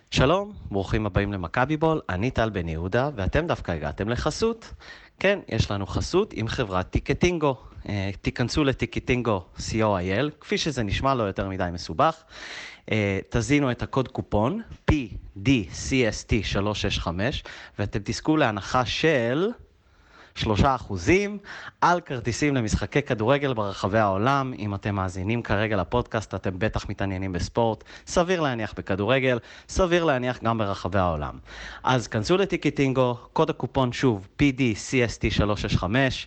שלום, ברוכים הבאים למכבי בול, אני טל בן יהודה, ואתם דווקא הגעתם לחסות. כן, יש לנו חסות עם חברת טיקטינגו. תיכנסו לטיקטינגו co.il, כפי שזה נשמע לא יותר מדי מסובך. תזינו את הקוד קופון PDCST365, ואתם תזכו להנחה של 3% על כרטיסים למשחקי כדורגל ברחבי העולם. אם אתם מאזינים כרגע לפודקאסט, אתם בטח מתעניינים בספורט, סביר להניח בכדורגל, סביר להניח גם ברחבי העולם. אז כנסו לטיקטינגו, קוד הקופון שוב PDCST365,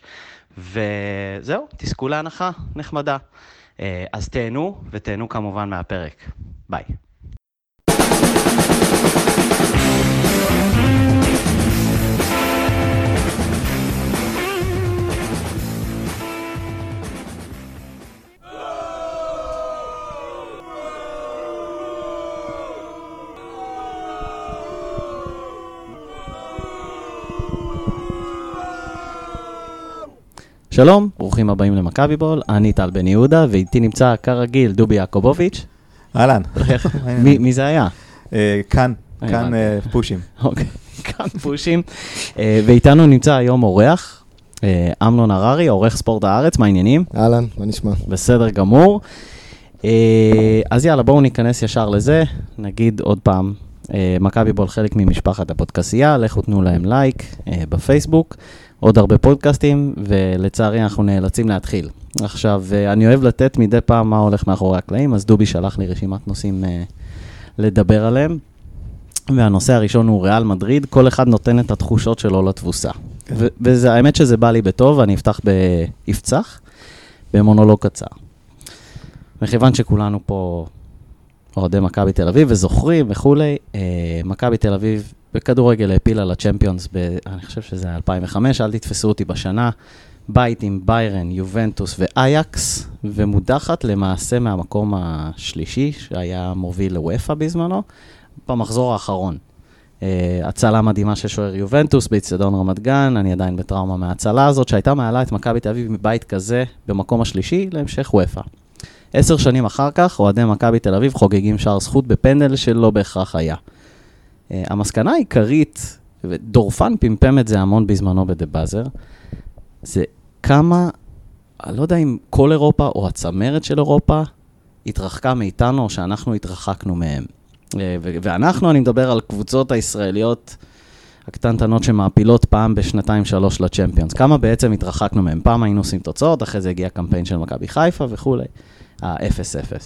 וזהו, תזכו להנחה נחמדה. אז תהנו, ותהנו כמובן מהפרק. ביי. שלום, ברוכים הבאים למכבי בול, אני טל בן יהודה, ואיתי נמצא כרגיל דובי יעקובוביץ'. אהלן. מי זה היה? כאן פושים. אוקיי, כאן פושים. ואיתנו נמצא היום אורח, אמנון הררי, עורך ספורט הארץ, מה העניינים? אהלן, מה נשמע? בסדר גמור. אז יאללה, בואו ניכנס ישר לזה, נגיד עוד פעם, מכבי בול חלק ממשפחת הפודקאסייה, לכו תנו להם לייק בפייסבוק, עוד הרבה פודקאסטים, ולצערי אנחנו נאלצים להתחיל. עכשיו, אני אוהב לתת מדי פעם מה הולך מאחורי הקלעים, אז דובי שלח לי רשימת נושאים לדבר עליהם, והנושא הראשון הוא ריאל מדריד, כל אחד נותן את התחושות שלו לתבוסה. והאמת שזה בא לי בטוב, אני אפתח במונולוג קצר. מכיוון שכולנו פה אוהדי מכבי תל אביב וזוכרים וכולי, מכבי תל אביב בכדורגל העפילה לצ'מפיונס, אני חושב שזה 2005, אל תתפסו אותי בשנה, בית עם ביירן, יובנטוס ואייקס, ומודחת למעשה מהמקום השלישי, שהיה מוביל לוויפה בזמנו, במחזור האחרון. הצלה מדהימה ששוער יובנטוס באצטדיון רמת גן, אני עדיין בטראומה מההצלה הזאת, שהייתה מעלה את מכבי תל אביב מבית כזה במקום השלישי להמשך וויפה. 10 שנים אחר כך, אוהדי מכבי תל אביב חוגגים שער זכות בפנדל שלא בהכרח היה. המסקנה העיקרית, ודורפן פמפם את זה המון בזמנו בדבאזר, זה כמה, אני לא יודע אם כל אירופה או הצמרת של אירופה התרחקה מאיתנו או שאנחנו התרחקנו מהם. ואנחנו, אני מדבר על קבוצות הישראליות הקטנטנות שמעפילות פעם בשנתיים-שלוש לצ'מפיונס. כמה בעצם התרחקנו מהם? פעם היינו עושים תוצאות, אחרי זה הגיע קמפיין של מכבי חיפה וכו'. ה-0-0.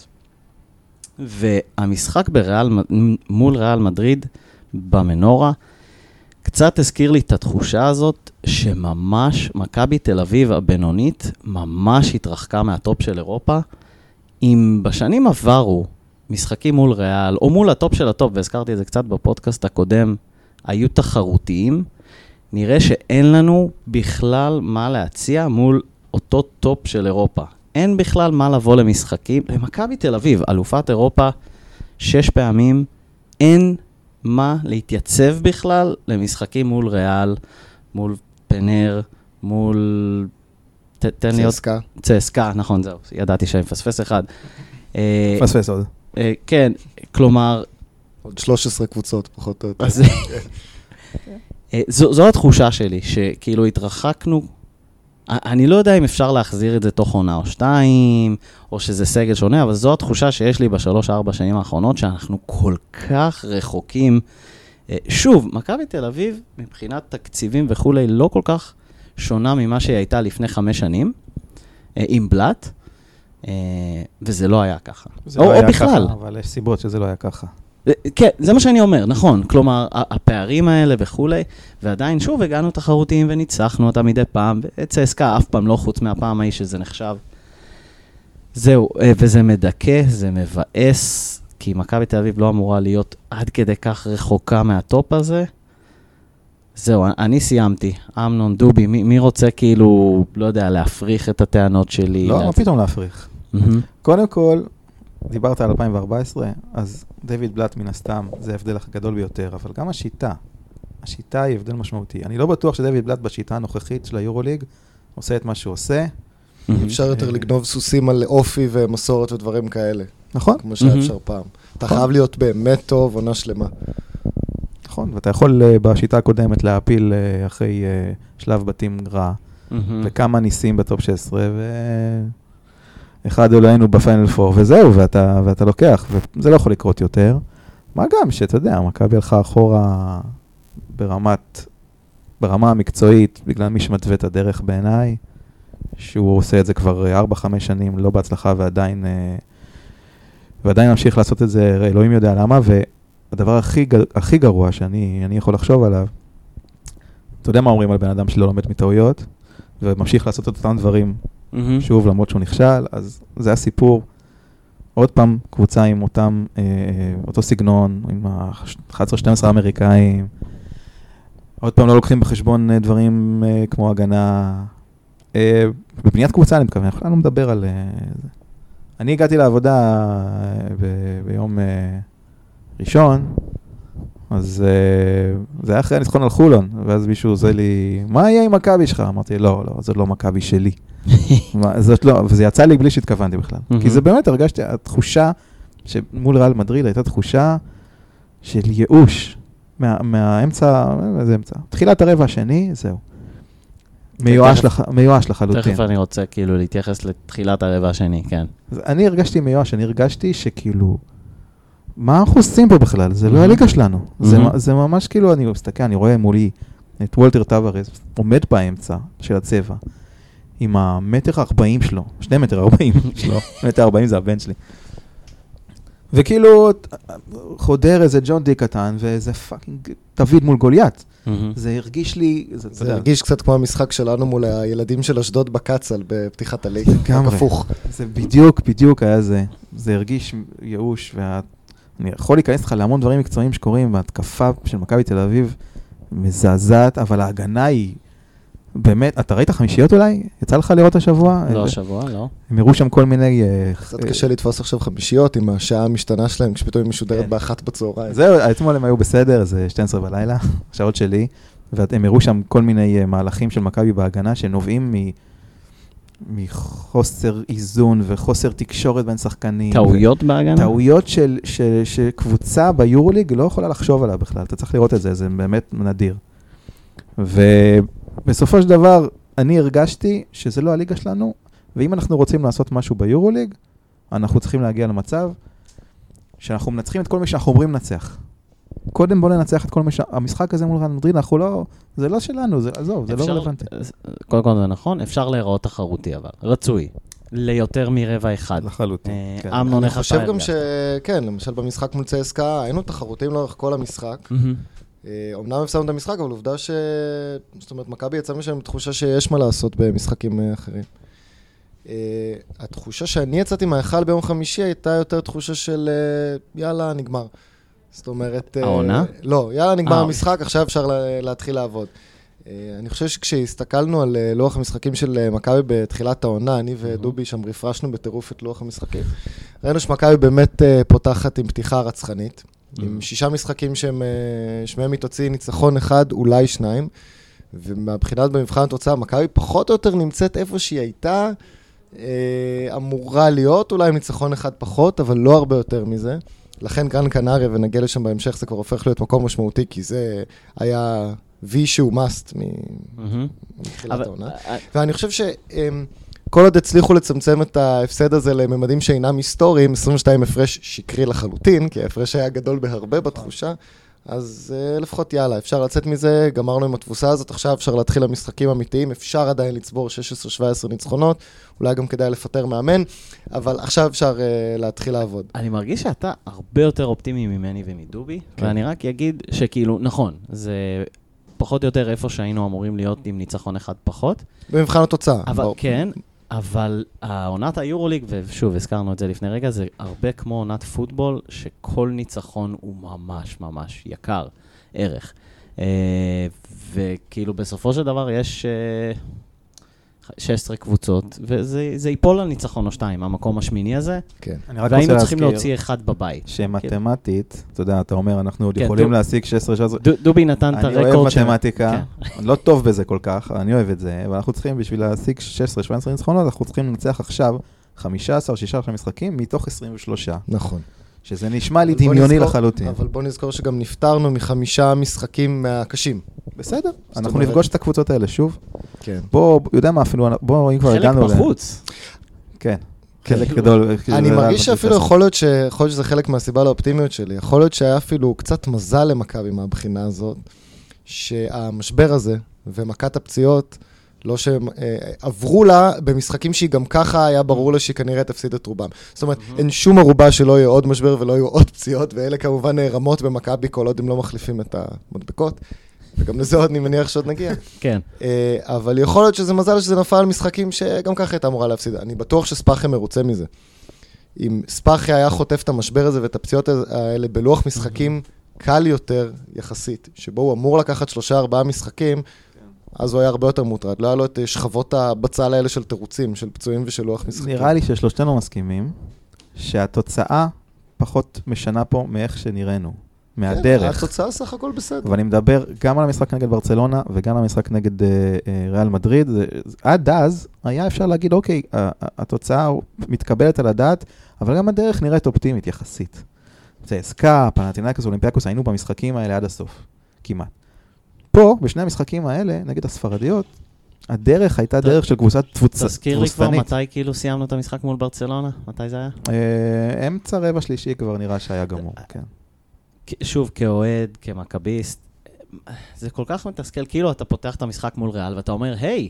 והמשחק מול ריאל מדריד במנורה, קצת הזכיר לי את התחושה הזאת שממש מכבי תל אביב הבינונית ממש התרחקה מהטופ של אירופה. אם בשנים עברו משחקים מול ריאל או מול הטופ של הטופ, והזכרתי את זה קצת בפודקאסט הקודם, היו תחרותיים, נראה שאין לנו בכלל מה להציע מול אותו טופ של אירופה. אין בכלל מה לבוא למשחקים. למכבי תל אביב, אלופת אירופה, 6 פעמים, אין מה להתייצב בכלל למשחקים מול ריאל, מול פנר, מול... צסקה. צסקה, נכון, זהו. ידעתי שאני מפספס אחד. מפספס עוד. כן, כלומר... עוד 13 קבוצות, פחות או יותר. זו התחושה שלי, שכאילו התרחקנו... אני לא יודע אם אפשר להחזיר את זה תוך עונה או 2, או שזה סגל שונה, אבל זו התחושה שיש לי ב3-4 שנים האחרונות, שאנחנו כל כך רחוקים. שוב, מכבי תל אביב, מבחינת תקציבים וכולי, לא כל כך שונה ממה שהיא הייתה לפני 5 שנים, עם בלט, וזה לא היה ככה. זה לא היה ככה, אבל יש סיבות שזה לא היה ככה. כן, זה מה שאני אומר, נכון. כלומר, הפערים האלה וכולי, ועדיין שוב הגענו תחרותיים וניצחנו אותה מדי פעם, וצסקה אף פעם לא חוץ מהפעם ההיא שזה נחשב. זהו, וזה מדכא, זה מבאס, כי מכבי תל אביב לא אמורה להיות עד כדי כך רחוקה מהטופ הזה. זהו, אני סיימתי. אמנון, דובי, מי רוצה כאילו, לא יודע, להפריך את הטענות שלי? לא, מה פתאום להפריך? קודם כל, דיברת על 2014, אז דיוויד בלאט מן הסתם, זה ההבדל הגדול ביותר, אבל גם השיטה היא הבדל משמעותי. אני לא בטוח שדיוויד בלאט בשיטה הנוכחית של היורוליג עושה את מה שהוא עושה. אפשר יותר לגנוב סוסים על אופי ומסורת ודברים כאלה. נכון. כמו שהיה אפשר פעם. אתה חייב להיות באמת טוב, עונה שלמה. נכון, ואתה יכול בשיטה הקודמת להפיל אחרי שלב בתים רע, וכמה ניסים בטופ 16, ואחד אולינו בפיינל 4, וזהו, ואתה לוקח, וזה לא יכול לקרות יותר. מה גם שאתה יודע, מכבי הלכה אחורה ברמה המקצועית, בגלל מי שמתווה את הדרך בעיניי, שהוא עושה את זה כבר 4-5 שנים, לא בהצלחה, ועדיין ממשיך לעשות את זה, אלוהים יודע למה, והדבר הכי גרוע שאני יכול לחשוב עליו, אתה יודע מה אומרים על בן אדם שלא לומד מטעויות, וממשיך לעשות את אותם דברים, שוב, למרות שהוא נכשל, אז זה הסיפור. עוד פעם, קבוצה עם אותו סגנון, עם ה-11-12 האמריקאים, עוד פעם לא לוקחים בחשבון דברים כמו הגנה. בבניית קבוצה אני מתכוון, אנחנו לא מדבר על זה. אני הגעתי לעבודה ביום ראשון, אז זה היה אחרי הניצחון על חולון, ואז מישהו עושה לי, מה יהיה עם מכבי שלך? אמרתי, לא, זאת לא מכבי שלי. זאת לא, וזה יצא לי בלי שהתכוונתי בכלל. כי זה באמת, הרגשתי, התחושה שמול ריאל מדריד הייתה תחושה של ייאוש. מהאמצע, זה אמצע. תחילת הרבע השני, זהו. מיואש לחלוטין. תכף אני רוצה כאילו להתייחס לתחילת הרבע השני, כן. אני הרגשתי מיואש, אני הרגשתי שכאילו, מה אנחנו עושים פה בכלל? זה לא הליגה שלנו. זה ממש כאילו, אני מסתכל, אני רואה מולי את וולטר טווארז, עומד באמצע של הצבע, עם המטר 40 שלו, 2 מטר 40 שלו, מטר 40 זה הבן שלי. וכאילו, חודר איזה ג'ון די קטן, ואיזה פאקינג תביד מול גוליית. זה הרגיש לי... זה הרגיש קצת כמו המשחק שלנו מול הילדים של אשדוד בקצל, בפתיחת הליגה. לגמרי. הפוך. זה בדיוק היה זה. זה הרגיש ייאוש, אני יכול להיכנס לך להמון דברים מקצועיים שקורים, וההתקפה של מכבי תל אביב מזעזעת, אבל ההגנה היא... באמת, אתה ראית חמישיות אולי? יצא לך לראות השבוע? לא השבוע, לא. הם הראו שם כל מיני... קצת קשה לתפוס עכשיו חמישיות עם השעה המשתנה שלהם, כשפתאום היא משודרת באחת בצהריים. זהו, אתמול הם היו בסדר, זה 12 בלילה, שעות שלי, והם הראו שם כל מיני מהלכים של מכבי בהגנה, שנובעים מחוסר איזון וחוסר תקשורת בין שחקנים. טעויות בהגנה? טעויות שקבוצה ביורוליג לא יכולה לחשוב עליה בכלל, אתה צריך לראות את זה, זה באמת נדיר. בסופו של דבר, אני הרגשתי שזה לא הליגה שלנו, ואם אנחנו רוצים לעשות משהו ביורוליג, אנחנו צריכים להגיע למצב שאנחנו מנצחים את כל מי שאנחנו אומרים לנצח. קודם בוא ננצח את כל מי המשחק הזה מול ריאל מדריד, אנחנו לא, זה לא שלנו, זה לא רלוונטי. קודם כל זה נכון, אפשר להיראות תחרותי אבל, רצוי, ליותר מרבע אחד. לחלוטין. אמנון אני חושב גם שכן, למשל במשחק מול צסקה, היינו תחרותיים לאורך כל המשחק, אמנם הפסדנו את המשחק, אבל עובדה זאת אומרת, מכבי יצא משם תחושה שיש מה לעשות במשחקים אחרים. התחושה שאני יצאתי מההיכל ביום חמישי הייתה יותר תחושה של יאללה, נגמר. זאת אומרת... העונה? לא, יאללה, נגמר המשחק, עכשיו אפשר להתחיל לעבוד. אני חושב שכשהסתכלנו על לוח המשחקים של מכבי בתחילת העונה, אני ודובי שם רפרשנו בטירוף את לוח המשחקים. ראינו שמכבי באמת פותחת עם פתיחה רצחנית. עם 6 משחקים שמהם מתוציא ניצחון אחד, אולי 2, ומבחינת במבחן התוצאה, מכבי פחות או יותר נמצאת איפה שהיא הייתה, אמורה להיות, אולי עם ניצחון אחד פחות, אבל לא הרבה יותר מזה. לכן גרן קנריה, ונגיע לשם בהמשך, זה כבר הופך להיות מקום משמעותי, כי זה היה וי שהוא מאסט מתחילת העונה. ואני חושב כל עוד הצליחו לצמצם את ההפסד הזה לממדים שאינם היסטוריים, 22 הפרש שקרי לחלוטין, כי ההפרש היה גדול בהרבה בתחושה, אז לפחות יאללה, אפשר לצאת מזה, גמרנו עם התבוסה הזאת, עכשיו אפשר להתחיל למשחקים אמיתיים, אפשר עדיין לצבור 16-17 ניצחונות, אולי גם כדאי לפטר מאמן, אבל עכשיו אפשר להתחיל לעבוד. אני מרגיש שאתה הרבה יותר אופטימי ממני ומדובי, ואני רק אגיד שכאילו, נכון, זה פחות או יותר איפה שהיינו אמורים להיות עם ניצחון אחד פחות. במבחן התוצאה. אבל כן, אבל העונת היורוליג, ושוב, הזכרנו את זה לפני רגע, זה הרבה כמו עונת פוטבול, שכל ניצחון הוא ממש ממש יקר, ערך. וכאילו בסופו של דבר יש 16 קבוצות, וזה ייפול על ניצחון או 2, המקום השמיני הזה. כן. והיינו צריכים להוציא אחד בבית. שמתמטית, אתה יודע, אתה אומר, אנחנו עוד יכולים להשיג 16... דובי נתן את הרקורד. אני אוהב מתמטיקה, אני לא טוב בזה כל כך, אני אוהב את זה, אבל אנחנו צריכים בשביל להשיג 16-17 ניצחונות, אנחנו צריכים לנצח עכשיו 16 משחקים מתוך 23. נכון. שזה נשמע לי דמיוני לחלוטין. אבל בוא נזכור שגם נפטרנו מ5 משחקים מהקשים. בסדר, אנחנו נפגוש את הקבוצות האלה שוב. כן. בוא, יודע מה אפילו, בוא, אם כבר הגענו... חלק בחוץ. כן. חלק גדול. אני מרגיש שאפילו יכול להיות שזה חלק מהסיבה לאופטימיות שלי. יכול להיות שהיה אפילו קצת מזל למכבי מהבחינה הזאת, שהמשבר הזה ומכת הפציעות, לא שעברו לה במשחקים שהיא גם ככה היה ברור לה שהיא כנראה תפסיד את רובם. זאת אומרת, אין שום ערובה שלא יהיה עוד משבר ולא יהיו עוד פציעות, ואלה כמובן רמות במכבי כל עוד הם לא מחליפים את המדבקות. וגם לזה עוד אני מניח שעוד נגיע. כן. אבל יכול להיות שזה מזל שזה נפל על משחקים שגם ככה הייתה אמורה להפסיד. אני בטוח שספאחי מרוצה מזה. אם ספאחי היה חוטף את המשבר הזה ואת הפציעות האלה בלוח משחקים קל יותר יחסית, שבו הוא אמור לקחת 3-4 משחקים, אז הוא היה הרבה יותר מוטרד. לא היה לו את שכבות הבצל האלה של תירוצים, של פצועים ושל לוח משחקים. נראה לי ששלושתנו מסכימים שהתוצאה פחות משנה פה מאיך שנראינו. מהדרך. התוצאה סך הכל בסדר. ואני מדבר גם על המשחק נגד ברצלונה, וגם על המשחק נגד ריאל מדריד. עד אז היה אפשר להגיד, אוקיי, התוצאה מתקבלת על הדעת, אבל גם הדרך נראית אופטימית יחסית. זה סקה, פנתינאיקוס, אולימפיאקוס, היינו במשחקים האלה עד הסוף, כמעט. פה, בשני המשחקים האלה, נגד הספרדיות, הדרך הייתה דרך של קבוצת תבוסתנית. תזכיר לי כבר מתי כאילו סיימנו את המשחק מול ברצלונה? מתי זה היה? אמצע רבע שלישי כבר נראה שהיה גמור, כן. שוב, כאוהד, כמכביסט, זה כל כך מתסכל, כאילו אתה פותח את המשחק מול ריאל, ואתה אומר, היי,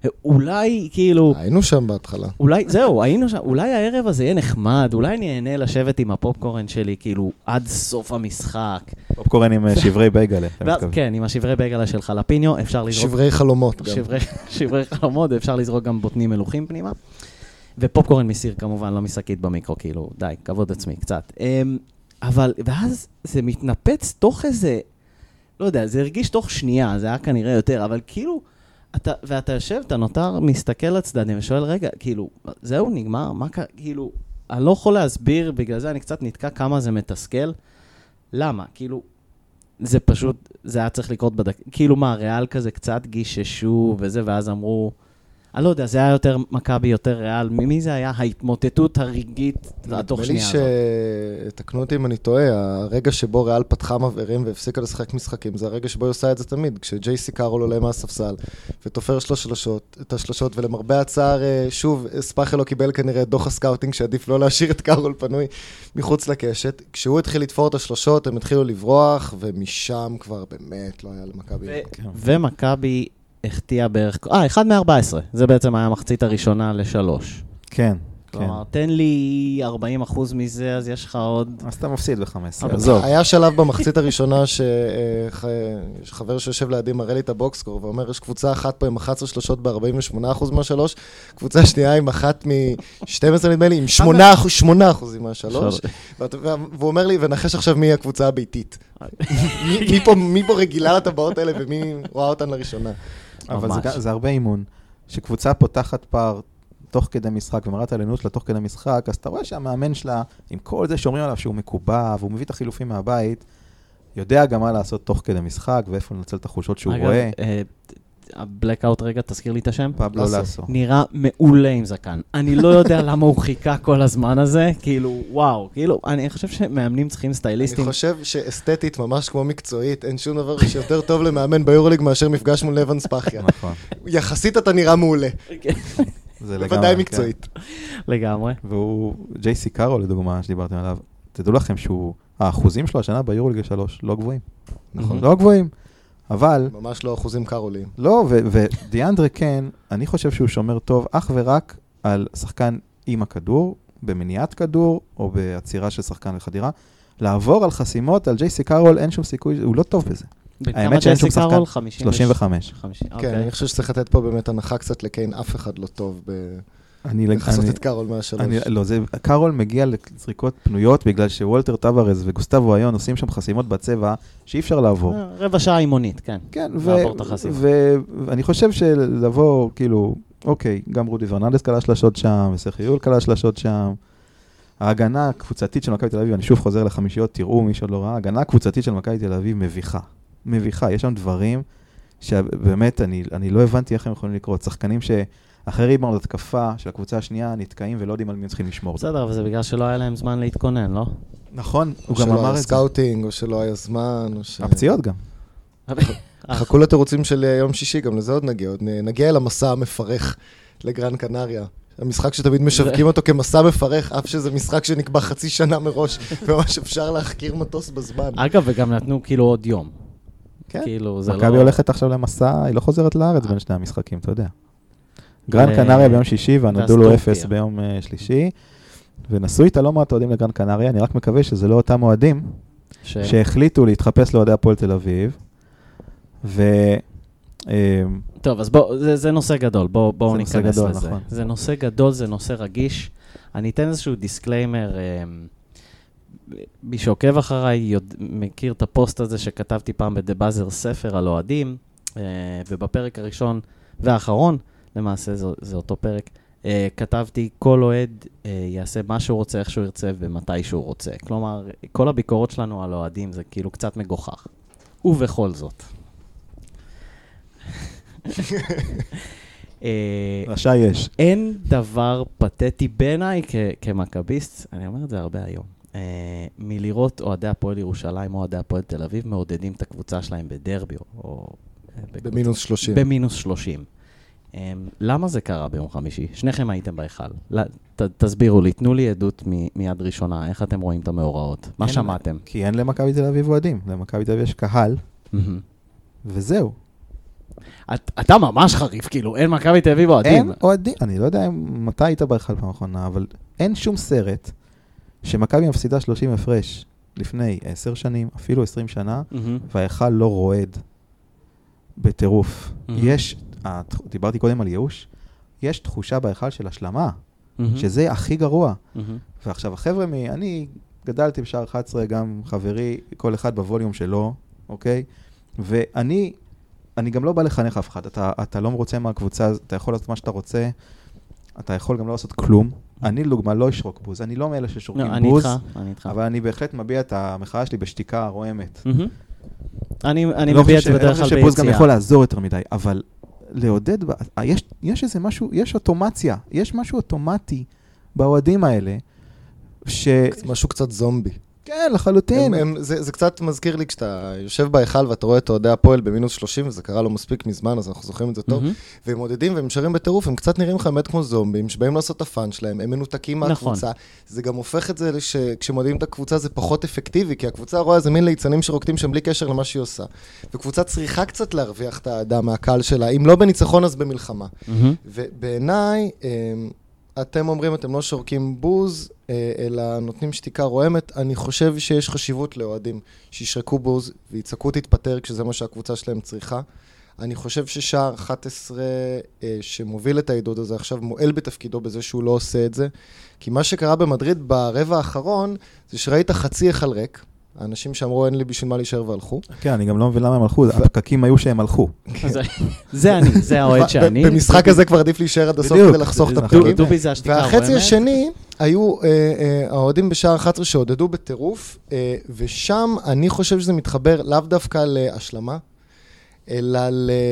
אולי כאילו... היינו שם בהתחלה. אולי, זהו, היינו שם, אולי הערב הזה יהיה נחמד, אולי אני אהנה לשבת עם הפופקורן שלי, כאילו, עד סוף המשחק. פופקורן עם שברי בייגלה. כן, עם השברי בייגלה של חלפיניו, אפשר לזרוק... שברי חלומות גם. שברי חלומות, אפשר לזרוק גם בוטנים מלוכים פנימה. ופופקורן מסיר כמובן, לא מסקית במיקרו, כאילו, די, כבוד עצמי, קצת. אבל, ואז זה מתנפץ תוך איזה, לא יודע, זה הרגיש תוך שנייה, זה היה כנראה יותר, אבל כאילו, ואתה יושב, אתה נותר, מסתכל לצדדים ושואל, רגע, כאילו, זהו, נגמר, מה כאילו, אני לא יכול להסביר, בגלל זה אני קצת נתקע כמה זה מתסכל. למה? כאילו, זה פשוט, זה היה צריך לקרות כאילו מה, ריאל כזה קצת גיששו וזה, ואז אמרו, אני לא יודע, זה היה יותר מכבי, יותר ריאל. ממי זה היה ההתמוטטות הרגעית התוך שנייה הזאת? נדמה לי שתקנו אותי אם אני טועה, הרגע שבו ריאל פתחה מבערים והפסיקה לשחק משחקים, זה הרגע שבו היא עושה את זה תמיד, כשג'ייסי קארול עולה מהספסל ותופר את השלושות, ולמרבה הצער, שוב, ספאחי לא קיבל כנראה דוח הסקאוטינג שעדיף לא להשאיר את קארול פנוי מחוץ לקשת. כשהוא התחיל לתפור את השלושות, הם התחילו לברוח, ומשם כבר באמת לא היה למכבי. ומכבי החטיאה בערך, 1 מ-14, זה בעצם היה המחצית הראשונה ל3. כן. כלומר, תן לי 40% מזה, אז יש לך עוד... אז אתה מפסיד ב-15. היה שלב במחצית הראשונה שחבר שיושב לידי מראה לי את הבוקסקור, ואומר, יש קבוצה אחת פה עם 11 שלושות ב-48% מהשלוש, קבוצה שנייה עם אחת מ-12 נדמה לי, עם 8% מהשלוש, והוא אומר לי, ונחש עכשיו מי הקבוצה הביתית. מי פה רגילה לטבעות האלה, ומי רואה אותן לראשונה. אבל זה הרבה אימון. שקבוצה פותחת פער תוך כדי משחק, ומראת עלינות שלה תוך כדי משחק, אז אתה רואה שהמאמן שלה, עם כל זה שאומרים עליו שהוא מקובע, והוא מביא את החילופים מהבית, יודע גם מה לעשות תוך כדי משחק, ואיפה לנצל את החולשות שהוא רואה. הבלקאוט רגע, תזכיר לי את השם? פבלו לסו. נראה מעולה עם זקן. אני לא יודע למה הוא חיכה כל הזמן הזה, כאילו, וואו, כאילו, אני חושב שמאמנים צריכים סטייליסטים. אני חושב שאסתטית, ממש כמו מקצועית, אין שום דבר שיותר טוב למאמן ביורוליג מאשר מפגש מול לבן ספחיה. נכון. יחסית אתה נראה מעולה. זה בוודאי מקצועית. לגמרי. והוא, ג'ייסי קארול, לדוגמה, שדיברתם עליו, תדעו לכם האחוזים שלו השנה ביורוליג 3 לא גבוהים. נכון. לא גבוהים. אבל... ממש לא אחוזים קארולים. לא, ודיאנדרה כן, אני חושב שהוא שומר טוב אך ורק על שחקן עם הכדור, במניעת כדור, או בעצירה של שחקן לחדירה. לעבור על חסימות, על ג'ייסי קארול, אין שום סיכוי, הוא לא טוב בזה. האמת שאין שום שחקן, 35. כן, אני חושב שצריך לתת פה באמת הנחה קצת לקיין, אף אחד לא טוב לחסות את קארול מהשלוש. לא, קארול מגיע לזריקות פנויות, בגלל שוולטר טווארז וגוסטבו איון עושים שם חסימות בצבע, שאי אפשר לעבור. רבע שעה אימונית, כן. כן, ואני חושב שלבוא, כאילו, אוקיי, גם רודי ורננדס קלה שלשות שם, וסרחי יול קלה שלשות שם. ההגנה הקבוצתית של מכבי תל אביב, אני שוב חוזר לחמישיות, תראו מי שעוד לא ראה, ההגנה הקבוצתית של מכבי תל אביב מביכה. יש שם דברים שבאמת אני לא הבנתי איך הם יכולים לקרות. שחקנים אחרי ריבאונד התקפה של הקבוצה השנייה, נתקעים ולא יודעים על מי צריכים לשמור. בסדר, אבל זה בגלל שלא היה להם זמן להתכונן, לא? נכון, הוא גם גם אמר את את זה. זה. סקאוטינג, או שלא היה זמן, או ש... הפציעות גם. חכו לתירוצים של יום שישי, גם לזה עוד נגיע. עוד נגיע אל המסע המפרך לגרן קנריה. המשחק שתמיד משווקים אותו כמסע מפרך, אף שזה משחק שנקבע חצי שנה מראש, ממש אפשר להחכיר מטוס בזמן. אגב, וגם נתנו כאילו עוד יום. כן. כאילו, זה לא... מכבי הולכת עכשיו למסע, היא לא חוזרת לארץ בין שני המשחקים, אתה יודע. גרן קנריה ביום שישי, והנדולו 0 ביום שלישי, ונסו איתה לא מעט אוהדים לגרן קנריה, אני רק מקווה שזה לא אותם אוהדים, שהחליטו להתחפש לאוהדי הפועל תל אביב, טוב, אז בואו, זה נושא גדול, בואו ניכנס לזה. נכון. זה נושא גדול, זה נושא רגיש. אני אתן איזשהו דיסקליימר, מי שעוקב אחריי מכיר את הפוסט הזה שכתבתי פעם בדבאזר ספר על אוהדים, ובפרק הראשון והאחרון, למעשה זה אותו פרק, כתבתי כל אוהד יעשה מה שהוא רוצה, איך שהוא ירצה ומתי שהוא רוצה. כלומר, כל הביקורות שלנו על אוהדים זה כאילו קצת מגוחך. ובכל זאת. רשע יש. אין דבר פתטי בעיניי כמכביסט, אני אומר את זה הרבה היום, מלראות אוהדי הפועל ירושלים או אוהדי הפועל תל אביב מעודדים את הקבוצה שלהם בדרבי או במינוס 30. במינוס 30. למה זה קרה ביום חמישי? שניכם הייתם בהיכל. תסבירו לי, תנו לי עדות מיד ראשונה, איך אתם רואים את המאורעות? מה שמעתם? כי אין למכבי תל אביב אוהדים, למכבי תל אביב יש קהל, וזהו. אתה ממש חריף, כאילו, אין מכבי תל אביב אוהדים. אין אוהדים, אני לא יודע מתי היית בהיכל פעם האחרונה, אבל אין שום סרט שמכבי מפסידה 30 הפרש לפני 10 שנים, אפילו 20 שנה, וההיכל לא רועד בטירוף. יש, דיברתי קודם על ייאוש, יש תחושה בהיכל של השלמה, שזה הכי גרוע. ועכשיו החבר'ה אני גדלתי בשער 11, גם חברי, כל אחד בווליום שלו, אוקיי? ואני גם לא בא לחנך אף אחד, אתה לא רוצה מהקבוצה, אתה יכול לעשות מה שאתה רוצה, אתה יכול גם לא לעשות כלום. אני לדוגמה לא אשרוק בוז, אני לא מאלה ששורקים בוז, אבל אני בהחלט מביע את המחאה שלי בשתיקה רועמת. אני מביע את זה בדרך כלל ביציאה. אני חושב שבוז גם יכול לעזור יותר מדי, אבל לעודד, יש איזה משהו, יש אוטומציה, יש משהו אוטומטי באוהדים האלה, משהו קצת זומבי. כן, לחלוטין. זה קצת מזכיר לי, כשאתה יושב בהיכל ואתה רואה את אוהדי הפועל במינוס 30, וזה קרה לו מספיק מזמן, אז אנחנו זוכרים את זה טוב, והם מודדים והם שרים בטירוף, הם קצת נראים לך באמת כמו זומבים, שבאים לעשות את הפאן שלהם, הם מנותקים מהקבוצה. זה גם הופך את זה שכשמודדים את הקבוצה זה פחות אפקטיבי, כי הקבוצה רואה איזה מין ליצנים שרוקדים שם בלי קשר למה שהיא עושה. וקבוצה צריכה קצת להרוויח את האדם מהקהל שלה, אם לא בניצחון אז במלחמה. ובעיניי, אתם אומרים, אתם לא שורקים בוז, אלא נותנים שתיקה רועמת. אני חושב שיש חשיבות לאוהדים שישרקו בוז ויצעקו תתפטר כשזה מה שהקבוצה שלהם צריכה. אני חושב ששער 11 שמוביל את העידוד הזה עכשיו מועל בתפקידו בזה שהוא לא עושה את זה. כי מה שקרה במדריד ברבע האחרון זה שראית חצי היכל ריק. האנשים שאמרו אין לי בשביל מה להישאר והלכו. כן, אני גם לא מבין למה הם הלכו, הפקקים היו שהם הלכו. זה אני, זה האוהד שאני. במשחק הזה כבר עדיף להישאר עד הסוף כדי לחסוך את הפקקים. והחצי השני היו האוהדים בשער 11 שעודדו בטירוף, ושם אני חושב שזה מתחבר לאו דווקא להשלמה, אלא